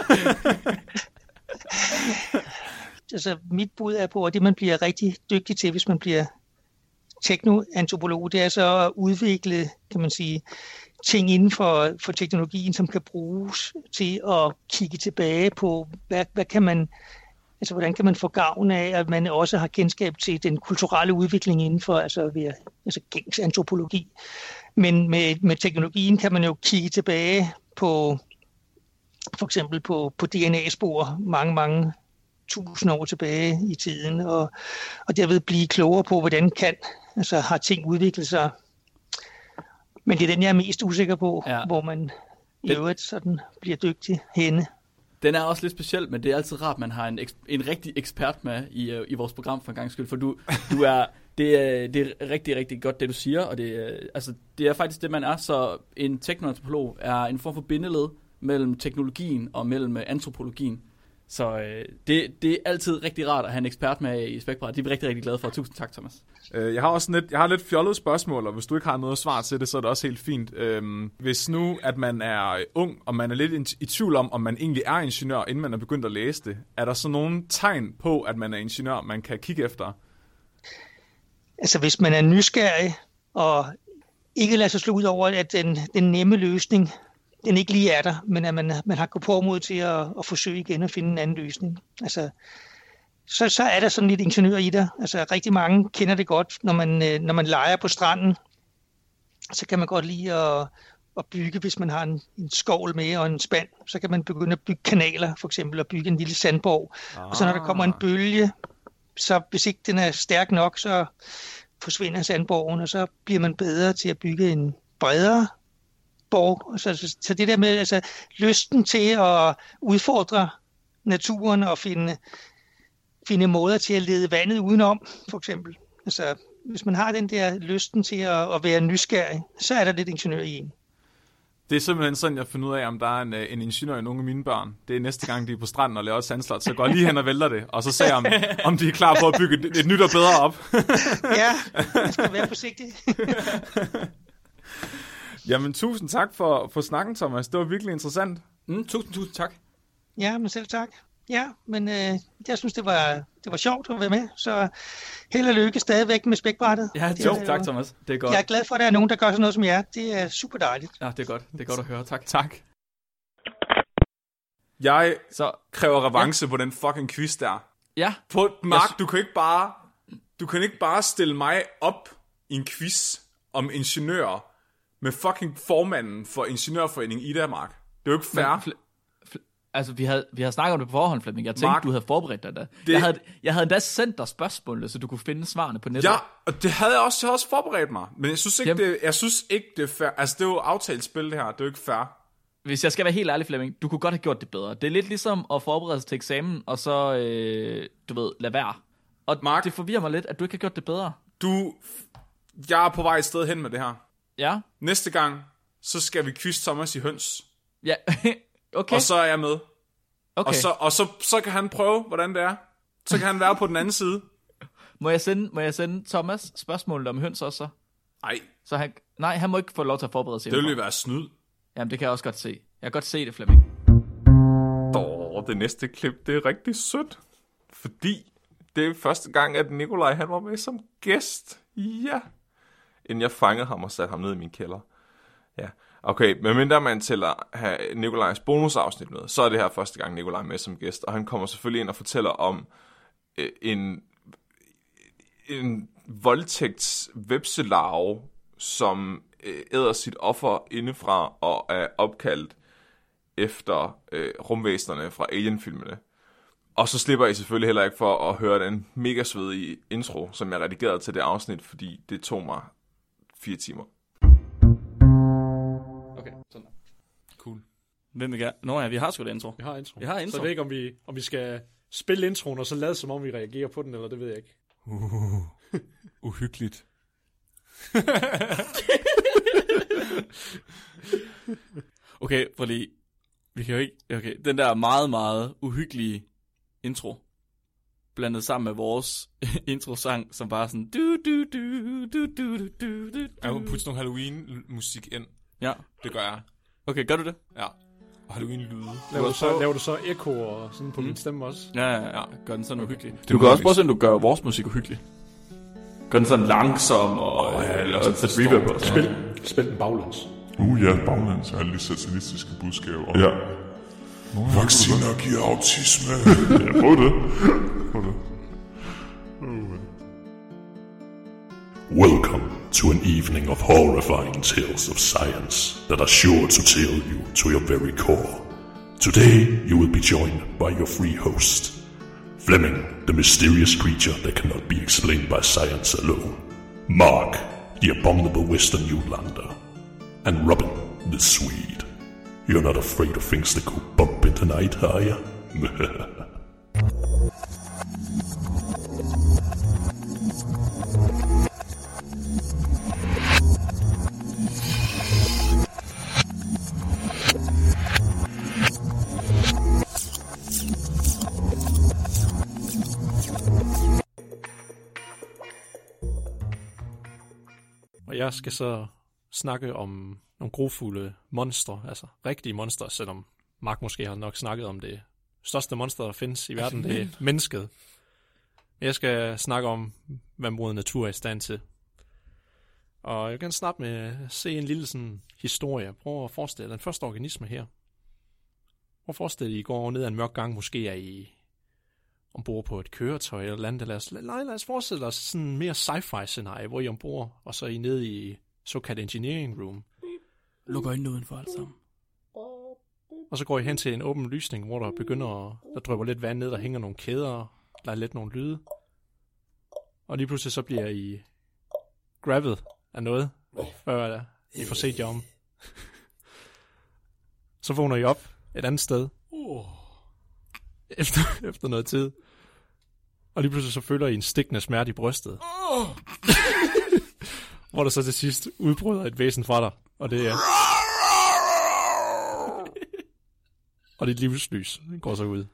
Altså, mit bud er på, at det man bliver rigtig dygtig til, hvis man bliver teknoantropolog, det er så at udvikle, kan man sige, ting inden for teknologien, som kan bruges til at kigge tilbage på, hvad kan man, altså hvordan kan man få gavn af, at man også har kendskab til den kulturelle udvikling inden for gængs antropologi. Men med teknologien kan man jo kigge tilbage på, for eksempel på DNA-spor mange tusind år tilbage i tiden, og derved blive klogere på, hvordan har ting udviklet sig. Men det er den, jeg er mest usikker på, hvor man i øvrigt sådan bliver dygtig henne. Den er også lidt speciel, men det er altid rart, at man har en rigtig ekspert med i vores program for en gang skyld, for det er rigtig, rigtig godt, det du siger, og det er faktisk det, man er. Så en teknoantropolog er en form for bindeled mellem teknologien og mellem antropologien. Så det er altid rigtig rart at have en ekspert med i Spækbrættet. Det er vi rigtig, rigtig glade for. Tusind tak, Thomas. Jeg har lidt fjollet spørgsmål, og hvis du ikke har noget svar til det, så er det også helt fint. Hvis nu, at man er ung, og man er lidt i tvivl om man egentlig er ingeniør, inden man er begyndt at læse det, er der så nogle tegn på, at man er ingeniør, man kan kigge efter? Altså, hvis man er nysgerrig, og ikke lader sig slå ud over, at den nemme løsning, den ikke lige er der, men at man har gået på mod til at forsøge igen at finde en anden løsning. Altså, så er der sådan lidt ingeniør i det. Altså, rigtig mange kender det godt, når man leger på stranden, så kan man godt lide at bygge, hvis man har en skovl med og en spand, så kan man begynde at bygge kanaler, for eksempel, og bygge en lille sandborg. Og så når der kommer en bølge, så hvis ikke den er stærk nok, så forsvinder sandborgen, og så bliver man bedre til at bygge en bredere borg. Så det der med lysten til at udfordre naturen og finde måder til at lede vandet udenom, for eksempel. Altså, hvis man har den der lysten til at være nysgerrig, så er der lidt ingeniør i en. Det er simpelthen sådan, jeg finder ud af, om der er en ingeniør i nogle af mine børn. Det er næste gang, de er på stranden og laver et sandslot, så går jeg lige hen og vælter det, og så ser jeg, om de er klar på at bygge et nyt og bedre op. Ja, jeg skal være forsigtig. Jamen, tusind tak for snakken, Thomas. Det var virkelig interessant. Tusind tak. Ja, men selv tak. Ja, men jeg synes, det var sjovt at være med, så held og lykke stadigvæk med Spækbrættet. Ja, tak, Thomas. Det er godt. Jeg er glad for, at der er nogen, der gør sådan noget som jer. Det er super dejligt. Ja, det er godt. Det er godt at høre. Tak. Tak. Jeg kræver revanche på den fucking quiz der. Ja. Mark, du kan ikke bare stille mig op i en quiz om ingeniører med fucking formanden for Ingeniørforeningen Ida, Mark. Det er jo ikke fair. Altså, vi havde snakket om det på forhånd, Flemming. Jeg tænkte, Mark, du havde forberedt dig da. Jeg havde endda sendt dig spørgsmålet, så du kunne finde svarene på nettet. Ja, og det havde jeg også forberedt mig. Men jeg synes ikke, det er fair. Altså, det er jo aftalt spil, det her. Det er jo ikke fair. Hvis jeg skal være helt ærlig, Flemming, du kunne godt have gjort det bedre. Det er lidt ligesom at forberede sig til eksamen, og så, lad være. Og Mark, det forvirrer mig lidt, at du ikke har gjort det bedre. Jeg er på vej et sted hen med det her. Ja. Næste gang, så skal vi quiz Thomas i høns. Ja, okay. Og så er jeg med. Okay. Og så kan han prøve, hvordan det er. Så kan han være på den anden side. Må jeg sende Thomas spørgsmålet om høns også? Nej. Så han må ikke få lov til at forberede sig. Det vil jo være snyd. Jamen, det kan jeg også godt se. Jeg kan godt se det, Flemming. det næste klip, det er rigtig sødt. Fordi det er første gang, at Nikolaj han var med som gæst. Ja. Inden jeg fangede ham og satte ham ned i min kælder. Ja. Okay, medmindre man tæller Nikolajs bonusafsnit med, så er det her første gang, Nikolaj er med som gæst. Og han kommer selvfølgelig ind og fortæller om en voldtægts-vepselarve, som æder sit offer indefra og er opkaldt efter rumvæsenerne fra Alien-filmene. Og så slipper I selvfølgelig heller ikke for at høre den mega svedige intro, som jeg redigerede til det afsnit, fordi det tog mig 4 timer. Okay, sådan. Cool. Hvem vil gerne? Nå ja, vi har sgu det intro. Vi har intro. Vi har intro. Så jeg ved ikke, om vi skal spille introen, og så lade som om vi reagerer på den, eller det ved jeg ikke. Uhyggeligt. Okay, fordi vi kan jo ikke... Okay, den der meget, meget uhyggelige intro, blandet sammen med vores introsang, som bare sådan... Jeg må putte nogle Halloween-musik ind. Ja. Det gør jeg. Okay, gør du det? Ja. Og Halloween-lyde. Laver du så ekko og sådan på min stemme også? Ja. Gør den sådan uhyggelig. Du kan også prøve at se, om du gør vores musik uhyggelig. Gør den sådan langsom og sæt reverb og Spil den baglæns. Ja, baglæns er alle de satanistiske budskaber. Ja. Vacciner giver autisme. Ja, prøv det. Welcome to an evening of horrifying tales of science that are sure to tear you to your very core. Today you will be joined by your free host, Fleming, the mysterious creature that cannot be explained by science alone, Mark, the abominable Western Utlander, and Robin, the Swede. You're not afraid of things that go bump in the night, are you? Og jeg skal så snakke om nogle grofulde monstre, altså rigtige monstre, selvom Mark måske har nok snakket om det største monster, der findes i verden, det er mennesket. Jeg skal snakke om, hvad moder natur er i stand til. Og jeg kan starte med at se en lille sådan historie. Prøv at forestille den første organisme her. Prøv at forestille, at I går ned ad en mørk gang, måske er I ombord på et køretøj eller andet. Lad os forestille os sådan mere sci-fi scenarie, hvor I er ombord, og så er I nede i såkaldt engineering room. Luk øjnene udenfor alt sammen. Og så går I hen til en åben lysning, hvor der der drypper lidt vand ned, der hænger nogle kæder, der er lidt nogle lyde. Og lige pludselig så bliver I grabbet af noget, før I får set jer om. Så vågner I op et andet sted. Efter noget tid. Og lige pludselig så føler I en stikkende smerte i brystet. Hvor der så til sidst udbryder et væsen fra dig. Og det er... og dit livslys går så ud.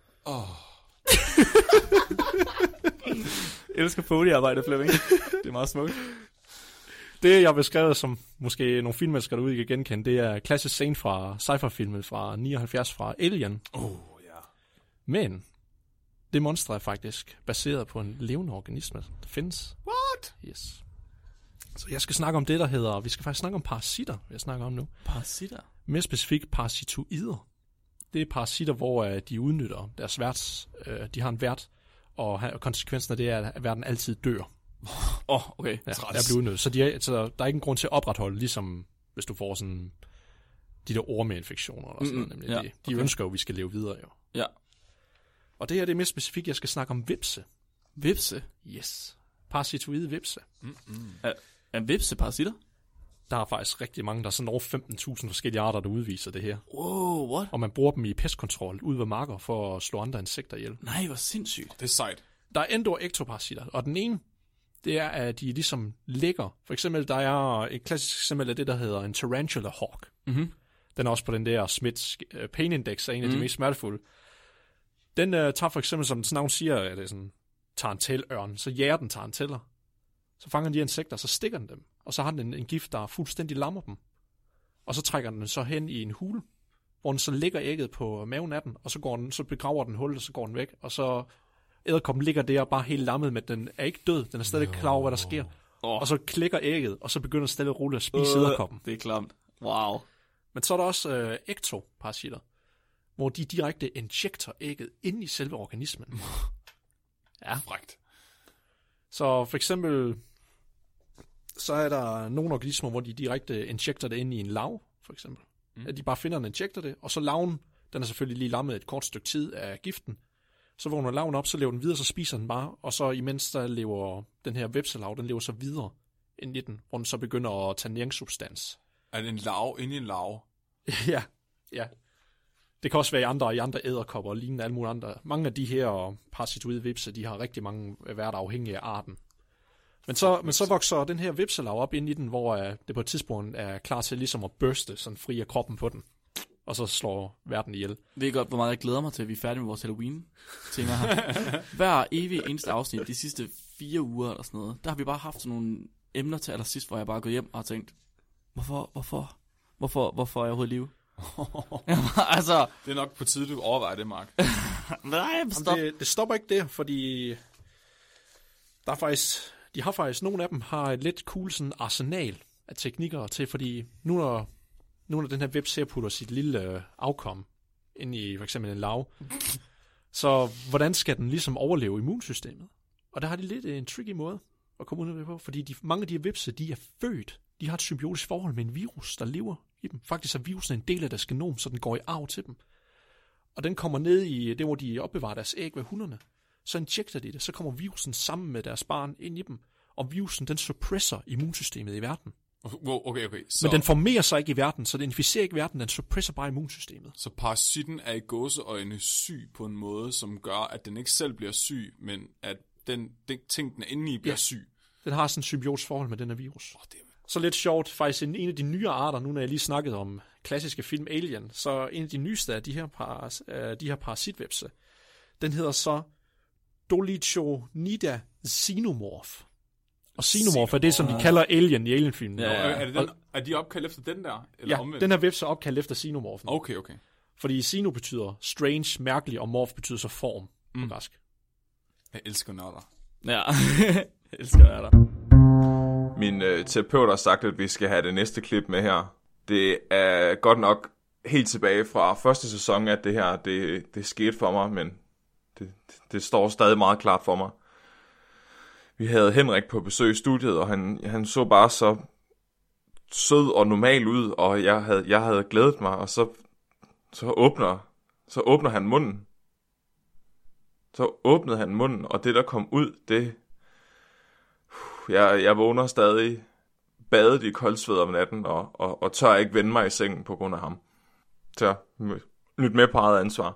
Jeg elsker foliearbejde, Flemming. Det er meget smukt. Det, jeg har beskrevet, som måske nogle filmmennesker derude kan genkende, det er klassisk scene fra sci-fi-filmet fra 79 fra Alien. Men det monster er faktisk baseret på en levende organisme, der findes. What? Yes. Så jeg skal snakke om det, der hedder... Vi skal faktisk snakke om parasitter, jeg snakker om nu. Parasitter? Mere specifikt parasitoider. Det er parasitter, hvor de udnytter deres vært. De har en vært, og konsekvensen af det er, at verden altid dør. Okay. Ja, der bliver udnyttet. Så der er ikke en grund til at opretholde, ligesom hvis du får sådan de der ormeinfektioner og sådan noget. Ja, de ønsker jo, at vi skal leve videre jo. Ja. Og det her det er mere specifikt, jeg skal snakke om vipse. Vipse? Yes. Parasitoide vipse. Er vipse parasitter? Der er faktisk rigtig mange, der er sådan over 15.000 forskellige arter, der udviser det her. Wow, what? Og man bruger dem i pestkontrol ude ved marker for at slå andre insekter ihjel. Nej, hvor sindssygt. Det er sejt. Der er endoektoparasitter, og den ene, det er, at de ligesom ligger. For eksempel, der er et klassisk eksempel af det, der hedder en tarantula hawk. Mm-hmm. Den er også på den der Smiths pain index, er en af de mest smertefulde. Den tager for eksempel, som dens navn siger, at det er sådan tarantelørn, så jager den taranteller. Så fanger den de insekter, så stikker den dem. Og så har den en gift, der fuldstændig lammer dem. Og så trækker den så hen i en hule, hvor den så ligger ægget på maven af den, og så begraver den hullet, og så går den væk, og så edderkoppen ligger der bare helt lammet, men den er ikke død, den er stadig klar over, hvad der sker. Og så klikker ægget, og så begynder stille og roligt at spise edderkoppen. Det er klamt. Wow. Men så er der også ektoparasitter, hvor de direkte injekter ægget ind i selve organismen. Ja. Frækt. Så for eksempel, så er der nogle organismer, hvor de direkte injekter det ind i en larve, for eksempel. At de bare finder og injekter det, og så larven, den er selvfølgelig lige lammet et kort stykke tid af giften. Så vågner larven op, så lever den videre, så spiser den bare, og så imens der lever den her vepselarve, den lever så videre ind i den, hvor den så begynder at tage næringssubstans. Er det en larve inde i en larve? Ja. Det kan også være i andre edderkopper og lignende alle mulige andre. Mange af de her parasitoide vipse, de har rigtig mange været afhængige af arten. Men så vokser den her vipselarve op ind i den, hvor det på et tidspunkt er klar til ligesom at børste sådan fri af kroppen på den. Og så slår verden ihjel. Ved I godt, hvor meget jeg glæder mig til, at vi er færdige med vores Halloween-tema her? Hver evig eneste afsnit, de sidste 4 uger eller sådan noget, der har vi bare haft sådan nogle emner til allersidst, hvor jeg bare er gået hjem og har tænkt, hvorfor er jeg overhovedet i live? Altså, det er nok på tide, du overvejer det, Mark. Nej, stop. Det stopper ikke der, fordi der er faktisk, nogle af dem har et lidt cool sådan arsenal af teknikker til, fordi nu når den her webserie putter sit lille afkom ind i for eksempel en larve, så hvordan skal den ligesom overleve immunsystemet? Og der har de lidt en tricky måde at komme ud af på, fordi mange af de her vipse, de er født, de har et symbiotisk forhold med en virus, der lever i dem. Faktisk er virusen en del af deres genom, så den går i arv til dem. Og den kommer ned i det, hvor de opbevarer deres æg ved hunderne. Så injekter de det, så kommer virusen sammen med deres barn ind i dem, og virusen, den suppresser immunsystemet i verden. Okay. Men den formerer sig ikke i verden, så den inficerer ikke verden, den suppresser bare immunsystemet. Så parasitten er i gåseøjne syg på en måde, som gør, at den ikke selv bliver syg, men at den ting, den er inde i, bliver syg. Den har sådan en symbiotisk forhold med den her virus. Så lidt sjovt, faktisk en af de nyere arter, nu når jeg lige snakkede om klassiske film Alien, så en af de nyeste af de her parasitvepse, den hedder så Dolichonida xenomorph. Og xenomorph er det, som de kalder Alien i Alien-filmen. Ja. Er de opkaldt efter den der? Eller omvendt? Den her vepse er opkaldt efter xenomorphen. Okay. Fordi xeno betyder strange, mærkelig, og morph betyder så form på græsk. Jeg elsker nørder. Ja, jeg elsker nørder. Min terapeut har sagt, at vi skal have det næste klip med her. Det er godt nok helt tilbage fra første sæson, at det her det skete for mig, men det står stadig meget klart for mig. Vi havde Henrik på besøg i studiet, og han så bare så sød og normal ud, og jeg havde glædet mig, og så åbner han munden. Så åbnede han munden, og det der kom ud, det... Jeg vågner stadig badet i koldsved om natten, og tør ikke vende mig i sengen på grund af ham. Så nyt med på eget ansvar.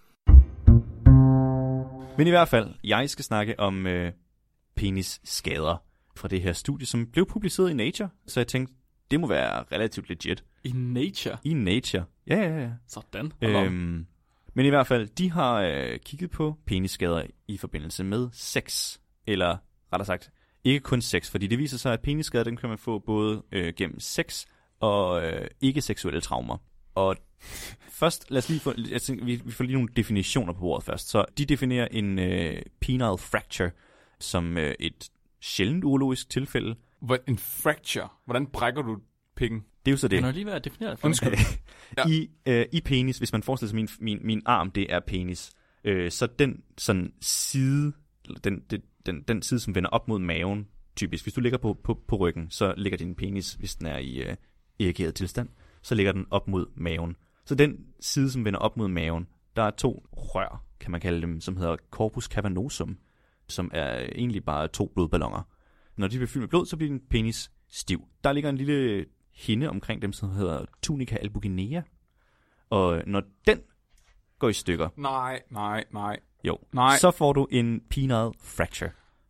Men i hvert fald, jeg skal snakke om penisskader fra det her studie, som blev publiceret i Nature. Så jeg tænkte, det må være relativt legit. I Nature? I Nature, ja. Sådan. Men i hvert fald, de har kigget på penisskader i forbindelse med sex. Eller rettere sagt, ikke kun sex, fordi det viser sig, at penisskader, den kan man få både gennem sex og ikke-seksuelle traumer. Og først, lad os lige få, vi får lige nogle definitioner på bordet først. Så de definerer en penile fracture som et sjældent urologisk tilfælde. En fracture? Hvordan brækker du pikken? Det er jo så det. Kan du lige være defineret for ja. I penis, hvis man forestiller sig min arm, det er penis. Så den sådan side, den side, som vender op mod maven, typisk. Hvis du ligger på ryggen, så ligger din penis, hvis den er i erigeret tilstand, så ligger den op mod maven. Så den side, som vender op mod maven, der er 2 rør, kan man kalde dem, som hedder corpus cavernosum, som er egentlig bare 2 blodballoner. Når de bliver fyldt med blod, så bliver din penis stiv. Der ligger en lille hinde omkring dem, som hedder tunica albuginea. Og når den går i stykker... Nej. Jo, så får du en penile fracture.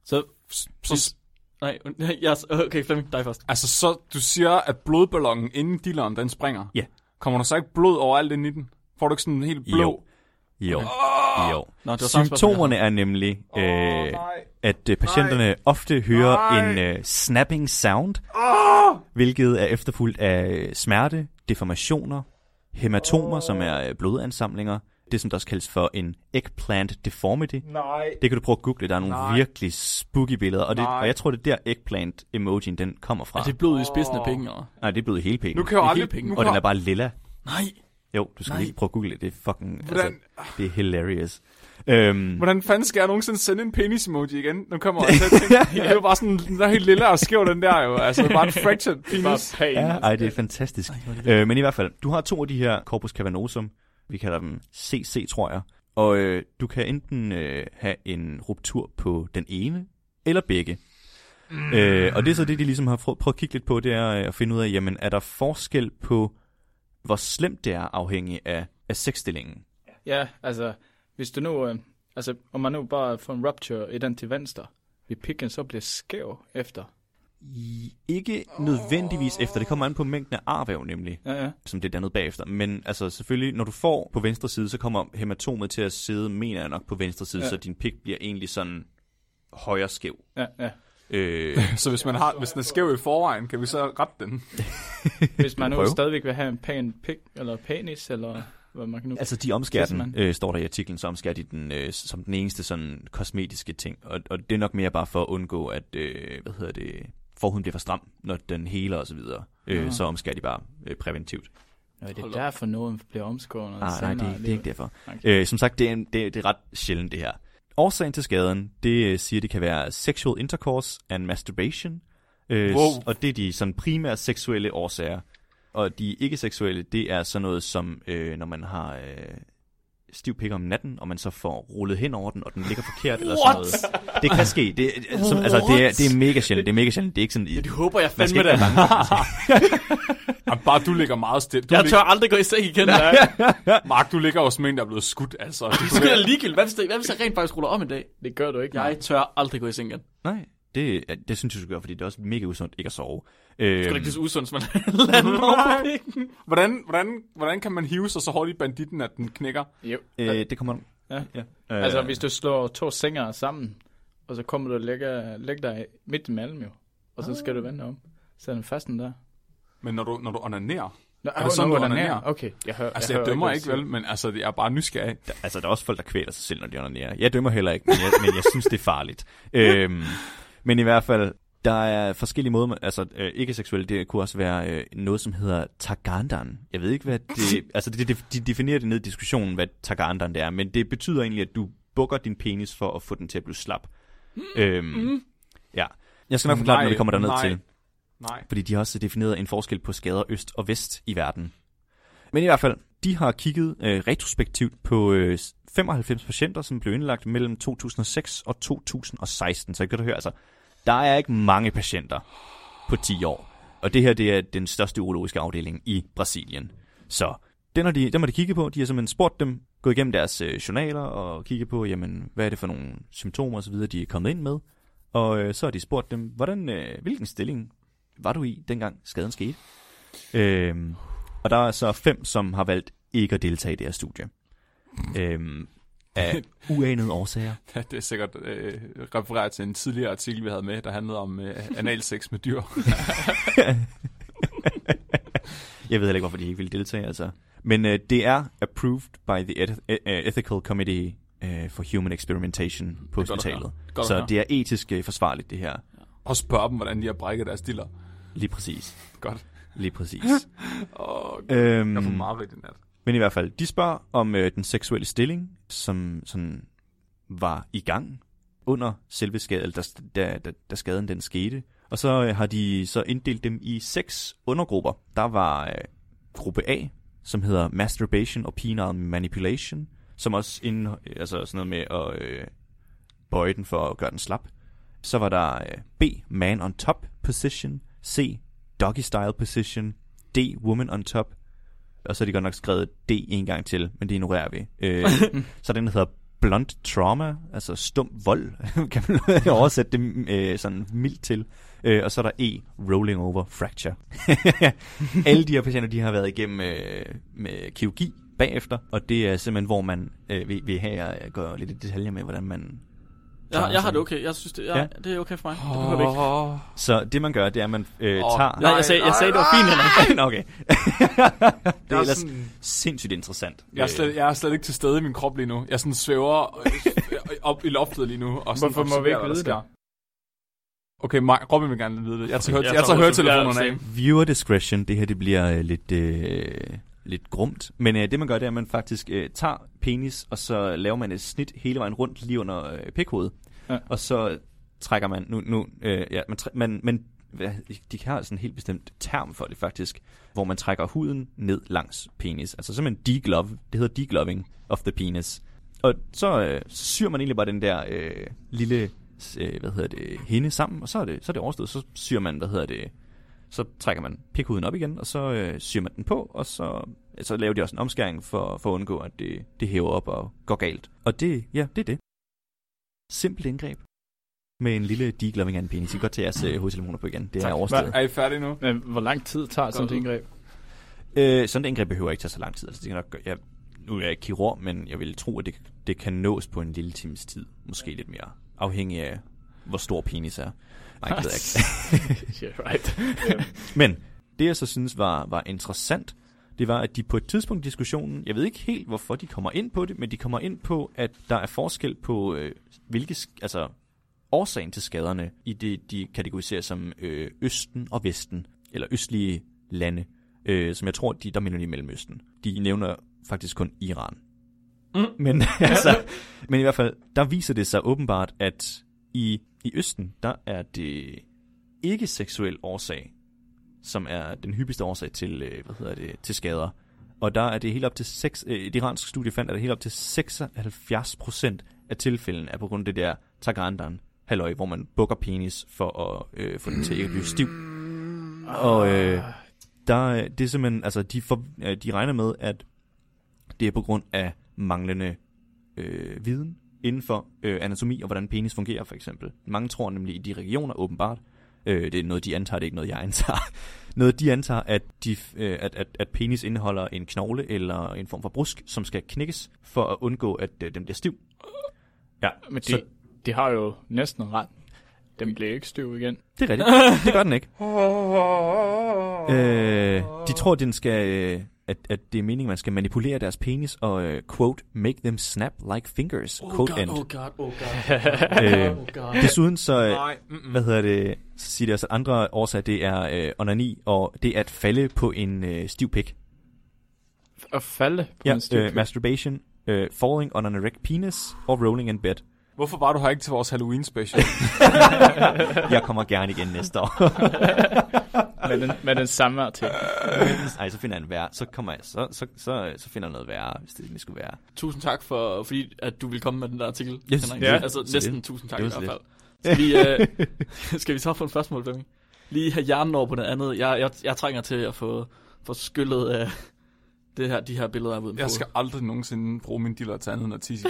Nej, okay, Flemming, dig først. Altså, så du siger, at blodballonen inden dilleren, den springer? Ja. Kommer der så ikke blod overalt ind i den? Får du ikke sådan en helt blå? Jo. Symptomerne er nemlig, at patienterne ofte hører en snapping sound, hvilket er efterfulgt af smerte, deformationer, Hæmatomer, som er blodansamlinger. Det, som der også kaldes for en eggplant deformity. Nej. Det kan du prøve at google. Der er nogle virkelig spooky billeder. Og jeg tror, det er der eggplant-emojien, den kommer fra. Er det blod i spidsen af penge? Nej, det er blod i hele penge. Nu kan jeg aldrig... Og den er bare lilla. Nej. Jo, du skal lige prøve at google det. Det er fucking... det er hilarious. Hvordan fanden skal jeg nogensinde sende en penis-emoji igen? Nu kommer jeg til at tænke, det er jo bare sådan, der er helt lille og skæv den der jo. Altså, bare en fractured penis. Ja, det er fantastisk. Men i hvert fald, du har 2 af de her corpus cavernosum. Vi kalder dem CC, tror jeg. Og du kan enten have en ruptur på den ene, eller begge. Og det er så det, de ligesom har prøvet at kigge lidt på, det er at finde ud af, jamen, er der forskel på, hvor slemt det er afhængig af sexstillingen? Ja, altså, hvis du nu, om man nu bare får en rupture i den til venstre, vil pikken så blive skæv efter? Ikke nødvendigvis efter. Det kommer an på mængden af arvæv nemlig, som det er dannet bagefter. Men altså selvfølgelig, når du får på venstre side, så kommer hæmatomet til at sidde, mener jeg nok, på venstre side, så din pik bliver egentlig sådan højre skæv. Ja. Så hvis den er skæv i forvejen, kan vi så rette den? Hvis man nu stadigvæk vil have en pæn pik, eller penis, eller hvad man kan nu... Altså de omskærer den, står der i artiklen, så omskærer de den som den eneste sådan kosmetiske ting. Og det er nok mere bare for at undgå, at, forhuden bliver for stram, når den heler og så videre. Så omskærer de bare præventivt. Ja, det er derfor nogen bliver omskåret. Nej, det er ikke derfor. Okay. Som sagt, det er ret sjældent det her. Årsagen til skaden, det siger, det kan være sexual intercourse and masturbation. Og det er de sådan primære seksuelle årsager. Og de ikke-seksuelle, det er sådan noget som, når man har stiv pik om natten, og man så får rullet hen over den, og den ligger forkert, eller sådan noget. Det kan ske. Det er mega sjældent. Det er mega sjældent. Det er ikke sådan... Det håber jeg fandme det. Bare du ligger meget stille. Jeg tør aldrig gå i seng igen. Mark, du ligger jo som en, der er blevet skudt. Altså. Det er sgu da ligegyldigt. Hvad hvis jeg rent faktisk ruller om en dag? Det gør du ikke. Jeg tør aldrig gå i seng igen. Nej, det synes jeg, du gør, fordi det er også mega usundt ikke at sove. Det er ikke så usundt, som man lander over pikken. Hvordan kan man hive sig så hårdt i banditten, at den knækker? Jo. Det kommer... Ja. Altså, hvis du slår 2 sænger sammen, og så kommer du og lægger dig midt imellem jo, og så skal du vende om. Så er den fasten der. Men når du onanerer... Er det sådan, du onanerer? Okay. Jeg dømmer ikke vel, men altså, det er bare nysgerrig. Altså, der er også folk, der kvæler sig selv, når de onanerer. Jeg dømmer heller ikke, men jeg synes, det er farligt. Men i hvert fald, der er forskellige måder, altså ikke-seksuelle, det kunne også være noget, som hedder tagandan. Jeg ved ikke, hvad det... Altså, de definerer det ned i diskussionen, hvad tagandan det er, men det betyder egentlig, at du bukker din penis for at få den til at blive slap. Ja. Jeg skal nok forklare det, når vi kommer derned til. Nej. Fordi de har også defineret en forskel på skader øst og vest i verden. Men i hvert fald, de har kigget retrospektivt på 95 patienter, som blev indlagt mellem 2006 og 2016. Så kan du høre, altså, der er ikke mange patienter på 10 år. Og det her, det er den største urologiske afdeling i Brasilien. Så dem har de kigget på. De har simpelthen spurgt dem, gået igennem deres journaler og kigget på, jamen, hvad er det for nogle symptomer osv., de er kommet ind med. Og så har de spurgt dem, hvilken stilling var du i, dengang skaden skete? Og der er så 5, som har valgt ikke at deltage i det her studie. Af uanede årsager. Ja, det er sikkert refereret til en tidligere artikel, vi havde med, der handlede om analsex med dyr. Jeg ved heller ikke, hvorfor de ikke ville deltage, altså. Men det er approved by the Ethical Committee for Human Experimentation på hospitalet. Så det er etisk forsvarligt, det her. Og spørg dem, hvordan de har brækket deres diller. Lige præcis. Godt. Lige præcis. Jeg får meget rigtig nat. Men i hvert fald, de spørger om den seksuelle stilling, som sådan var i gang under selve skaden, da skaden den skete. Og så har de så inddelt dem i 6 undergrupper. Der var gruppe A, som hedder Masturbation og Penile Manipulation, som også altså sådan noget med at bøje den for at gøre den slap. Så var der B, Man on Top Position, C, Doggy Style Position, D, Woman on Top, og så har de godt nok skrevet D en gang til, men det ignorerer vi. Så den hedder Blunt Trauma, altså stum vold, kan man oversætte det sådan mildt til. Og så er der E, Rolling Over Fracture. Alle de her patienter, de har været igennem med kirurgi bagefter, og det er simpelthen, hvor man vil have at gå lidt i detaljer med, hvordan man Jeg har det okay. Jeg synes, det er okay for mig. Det behøver vi ikke. Så det man gør, det er, at man tager... Nej, jeg sagde, det var fint, Henrik. Okay. Det er ellers sindssygt interessant. Jeg er slet ikke til stede i min krop lige nu. Jeg sådan svæver op i loftet lige nu. Og hvorfor må vi ikke vide det? Okay, Robin vil gerne vide det. Jeg tager høretelefonerne af. Viewer discretion, det her det bliver lidt grumt. Men det man gør, det er, at man faktisk tager penis, og så laver man et snit hele vejen rundt lige under pikhovedet. Ja. Og så trækker man de har sådan en helt bestemt term for det faktisk, hvor man trækker huden ned langs penis. Altså simpelthen deglove. Det hedder degloving of the penis. Og så syr man egentlig bare den der lille hinde sammen, og så er det overstået. Så syr man, så trækker man pikhuden op igen, og så syr man den på, og så laver de også en omskæring for at undgå, at det hæver op og går galt. Og det er det. Simpelt indgreb med en lille degloving af en penis. I kan godt tage jeres hovedtelefoner på igen. Det er overstået. Er I færdige nu? Men hvor lang tid tager sådan et indgreb? Sådan et indgreb behøver ikke tage så lang tid. Altså, det kan nok nu er jeg ikke kirurg, men jeg vil tro, at det kan nås på en lille times tid. Måske lidt mere. Afhængig af, hvor stor penis er. Nej, det ved jeg ikke. Yeah, right. Men det, jeg så synes var interessant, det var, at de på et tidspunkt i diskussionen, jeg ved ikke helt, hvorfor de kommer ind på det, men de kommer ind på, at der er forskel på, årsagen til skaderne i det, de kategoriserer som Østen og Vesten, eller østlige lande, som jeg tror, der mener de i Mellemøsten. De nævner faktisk kun Iran. Men i hvert fald, der viser det sig åbenbart, at i Østen, der er det ikke seksuel årsag, som er den hyppigste årsag til, til skader. Og der er det helt op til et iransk studie fandt, at det helt op til 76% af tilfælden er på grund af det der tagandan halløj, hvor man bukker penis for at få den til at blive stiv. Og det er simpelthen, altså de regner med, at det er på grund af manglende viden inden for anatomi og hvordan penis fungerer, for eksempel. Mange tror nemlig i de regioner, åbenbart, det er noget, de antager, det er ikke noget, jeg antager. Noget, de antager, at penis indeholder en knogle eller en form for brusk, som skal knækkes for at undgå, at den bliver stiv. Ja, men de har jo næsten ret. Den bliver ikke stiv igen. Det er rigtigt. Det gør den ikke. De tror, den skal... At det er meningen, man skal manipulere deres penis og, quote, make them snap like fingers, quote end. Oh god. Desuden så, så siger det også, at andre årsager, det er onani, og det er at falde på en stiv pik. At falde på en stiv pik? Masturbation, falling on an erect penis, og rolling in bed. Hvorfor var du her ikke til vores Halloween special? Jeg kommer gerne igen næste år. med den samme artikel. Nej, så finder jeg en værre. Så finder jeg noget værre, hvis det skulle være. Tusind tak fordi at du vil komme med den der artikel. Yes. Ja, altså næsten tusind tak i hvert fald. Skal vi så få et spørgsmål, Flemming? Lige have hjernen over på noget andet. Jeg trænger til at få skyllet af de her billeder af udenpå. Jeg skal aldrig nogensinde bruge min diller til andet end at tisse.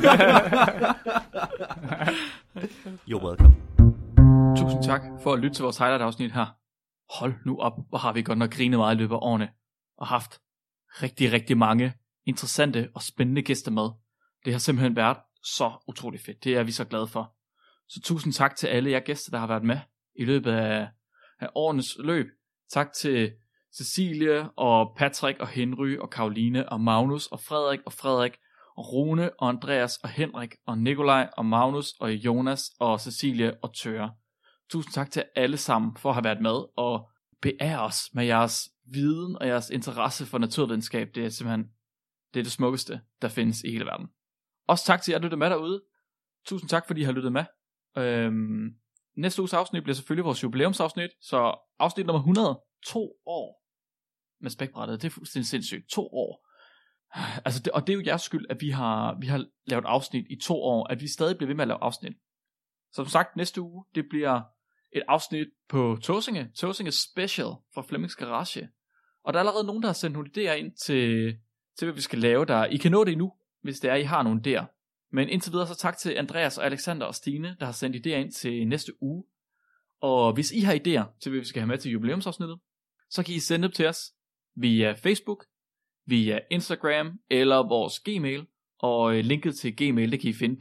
You're welcome. Tusind tak for at lytte til vores highlight-afsnit her. Hold nu op, hvor har vi godt nok grinet meget i løbet af årene, og haft rigtig, rigtig mange interessante og spændende gæster med. Det har simpelthen været så utroligt fedt. Det er vi så glade for. Så tusind tak til alle jer gæster, der har været med i løbet af årenes løb. Tak til Cecilie og Patrick og Henry og Karoline og Magnus og Frederik og Rune og Andreas og Henrik og Nikolaj og Magnus og Jonas og Cecilie og Tøre. Tusind tak til alle sammen for at have været med og beære os med jeres viden og jeres interesse for naturvidenskab. Det er simpelthen det smukkeste, der findes i hele verden. Også tak til jer, der lytter med derude. Tusind tak, fordi I har lyttet med. Næste uges afsnit bliver selvfølgelig vores jubilæumsafsnit, så afsnit nummer 100, 2 år med spækbrættet. Det er fuldstændig sindssygt. 2 år. Altså og det er jo jeres skyld, at vi har lavet afsnit i 2 år, at vi stadig bliver ved med at lave afsnit. Som sagt, næste uge, det bliver et afsnit på Tåsinge Special fra Flemmings Garage. Og der er allerede nogen, der har sendt nogle idéer ind til hvad vi skal lave der. I kan nå det endnu, hvis det er, I har nogle idéer. Men indtil videre, så tak til Andreas og Alexander og Stine, der har sendt idéer ind til næste uge. Og hvis I har idéer til, hvad vi skal have med til jubilæumsafsnittet, så kan I sende dem til os via Facebook, via Instagram eller vores Gmail. Og linket til Gmail, det kan I finde på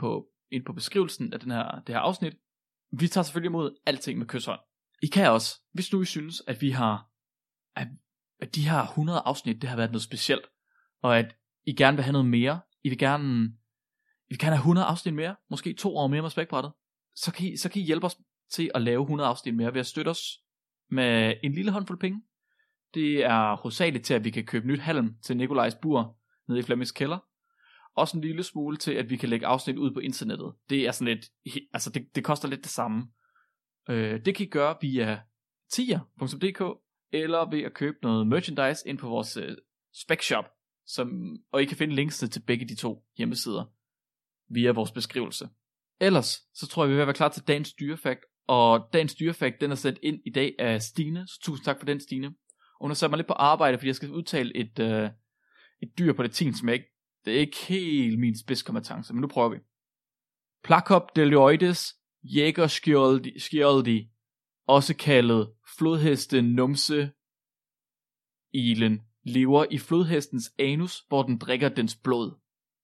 ind på beskrivelsen af det her afsnit. Vi tager selvfølgelig imod alting med kysshånd. I kan også, hvis nu I synes, at vi har, at de her 100 afsnit, det har været noget specielt, og at I gerne vil have noget mere, I vil gerne have 100 afsnit mere, måske 2 år mere med Spækbrættet, så kan I hjælpe os til at lave 100 afsnit mere ved at støtte os med en lille håndfuld penge. Det er hovedsageligt til, at vi kan købe nyt halm til Nikolajs bur nede i Flemmings kælder. Også en lille smule til, at vi kan lægge afsnit ud på internettet. Det er sådan lidt, altså det koster lidt det samme. Det kan I gøre via tier.dk eller ved at købe noget merchandise ind på vores spec-shop, og I kan finde links til begge de 2 hjemmesider via vores beskrivelse. Ellers, så tror jeg, vi vil være klar til dagens dyrefakt, og dagens dyrefakt, den er sat ind i dag af Stine, så tusind tak for den, Stine. Og hun har sat mig lidt på arbejde, fordi jeg skal udtale et dyr på latin, som det er ikke helt min spidskompetence, men nu prøver vi. Placopdelioides jägerskjoldi, også kaldet flodheste numse ilen, lever i flodhestens anus, hvor den drikker dens blod.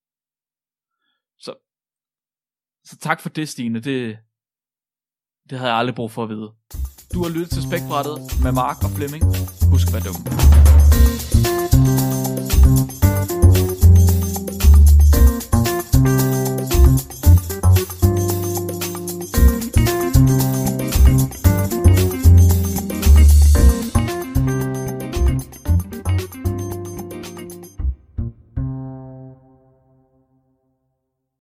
Så tak for det, Stine. Det havde jeg aldrig brug for at vide. Du har lyttet til Spækbrættet med Mark og Flemming. Husk at være dumme.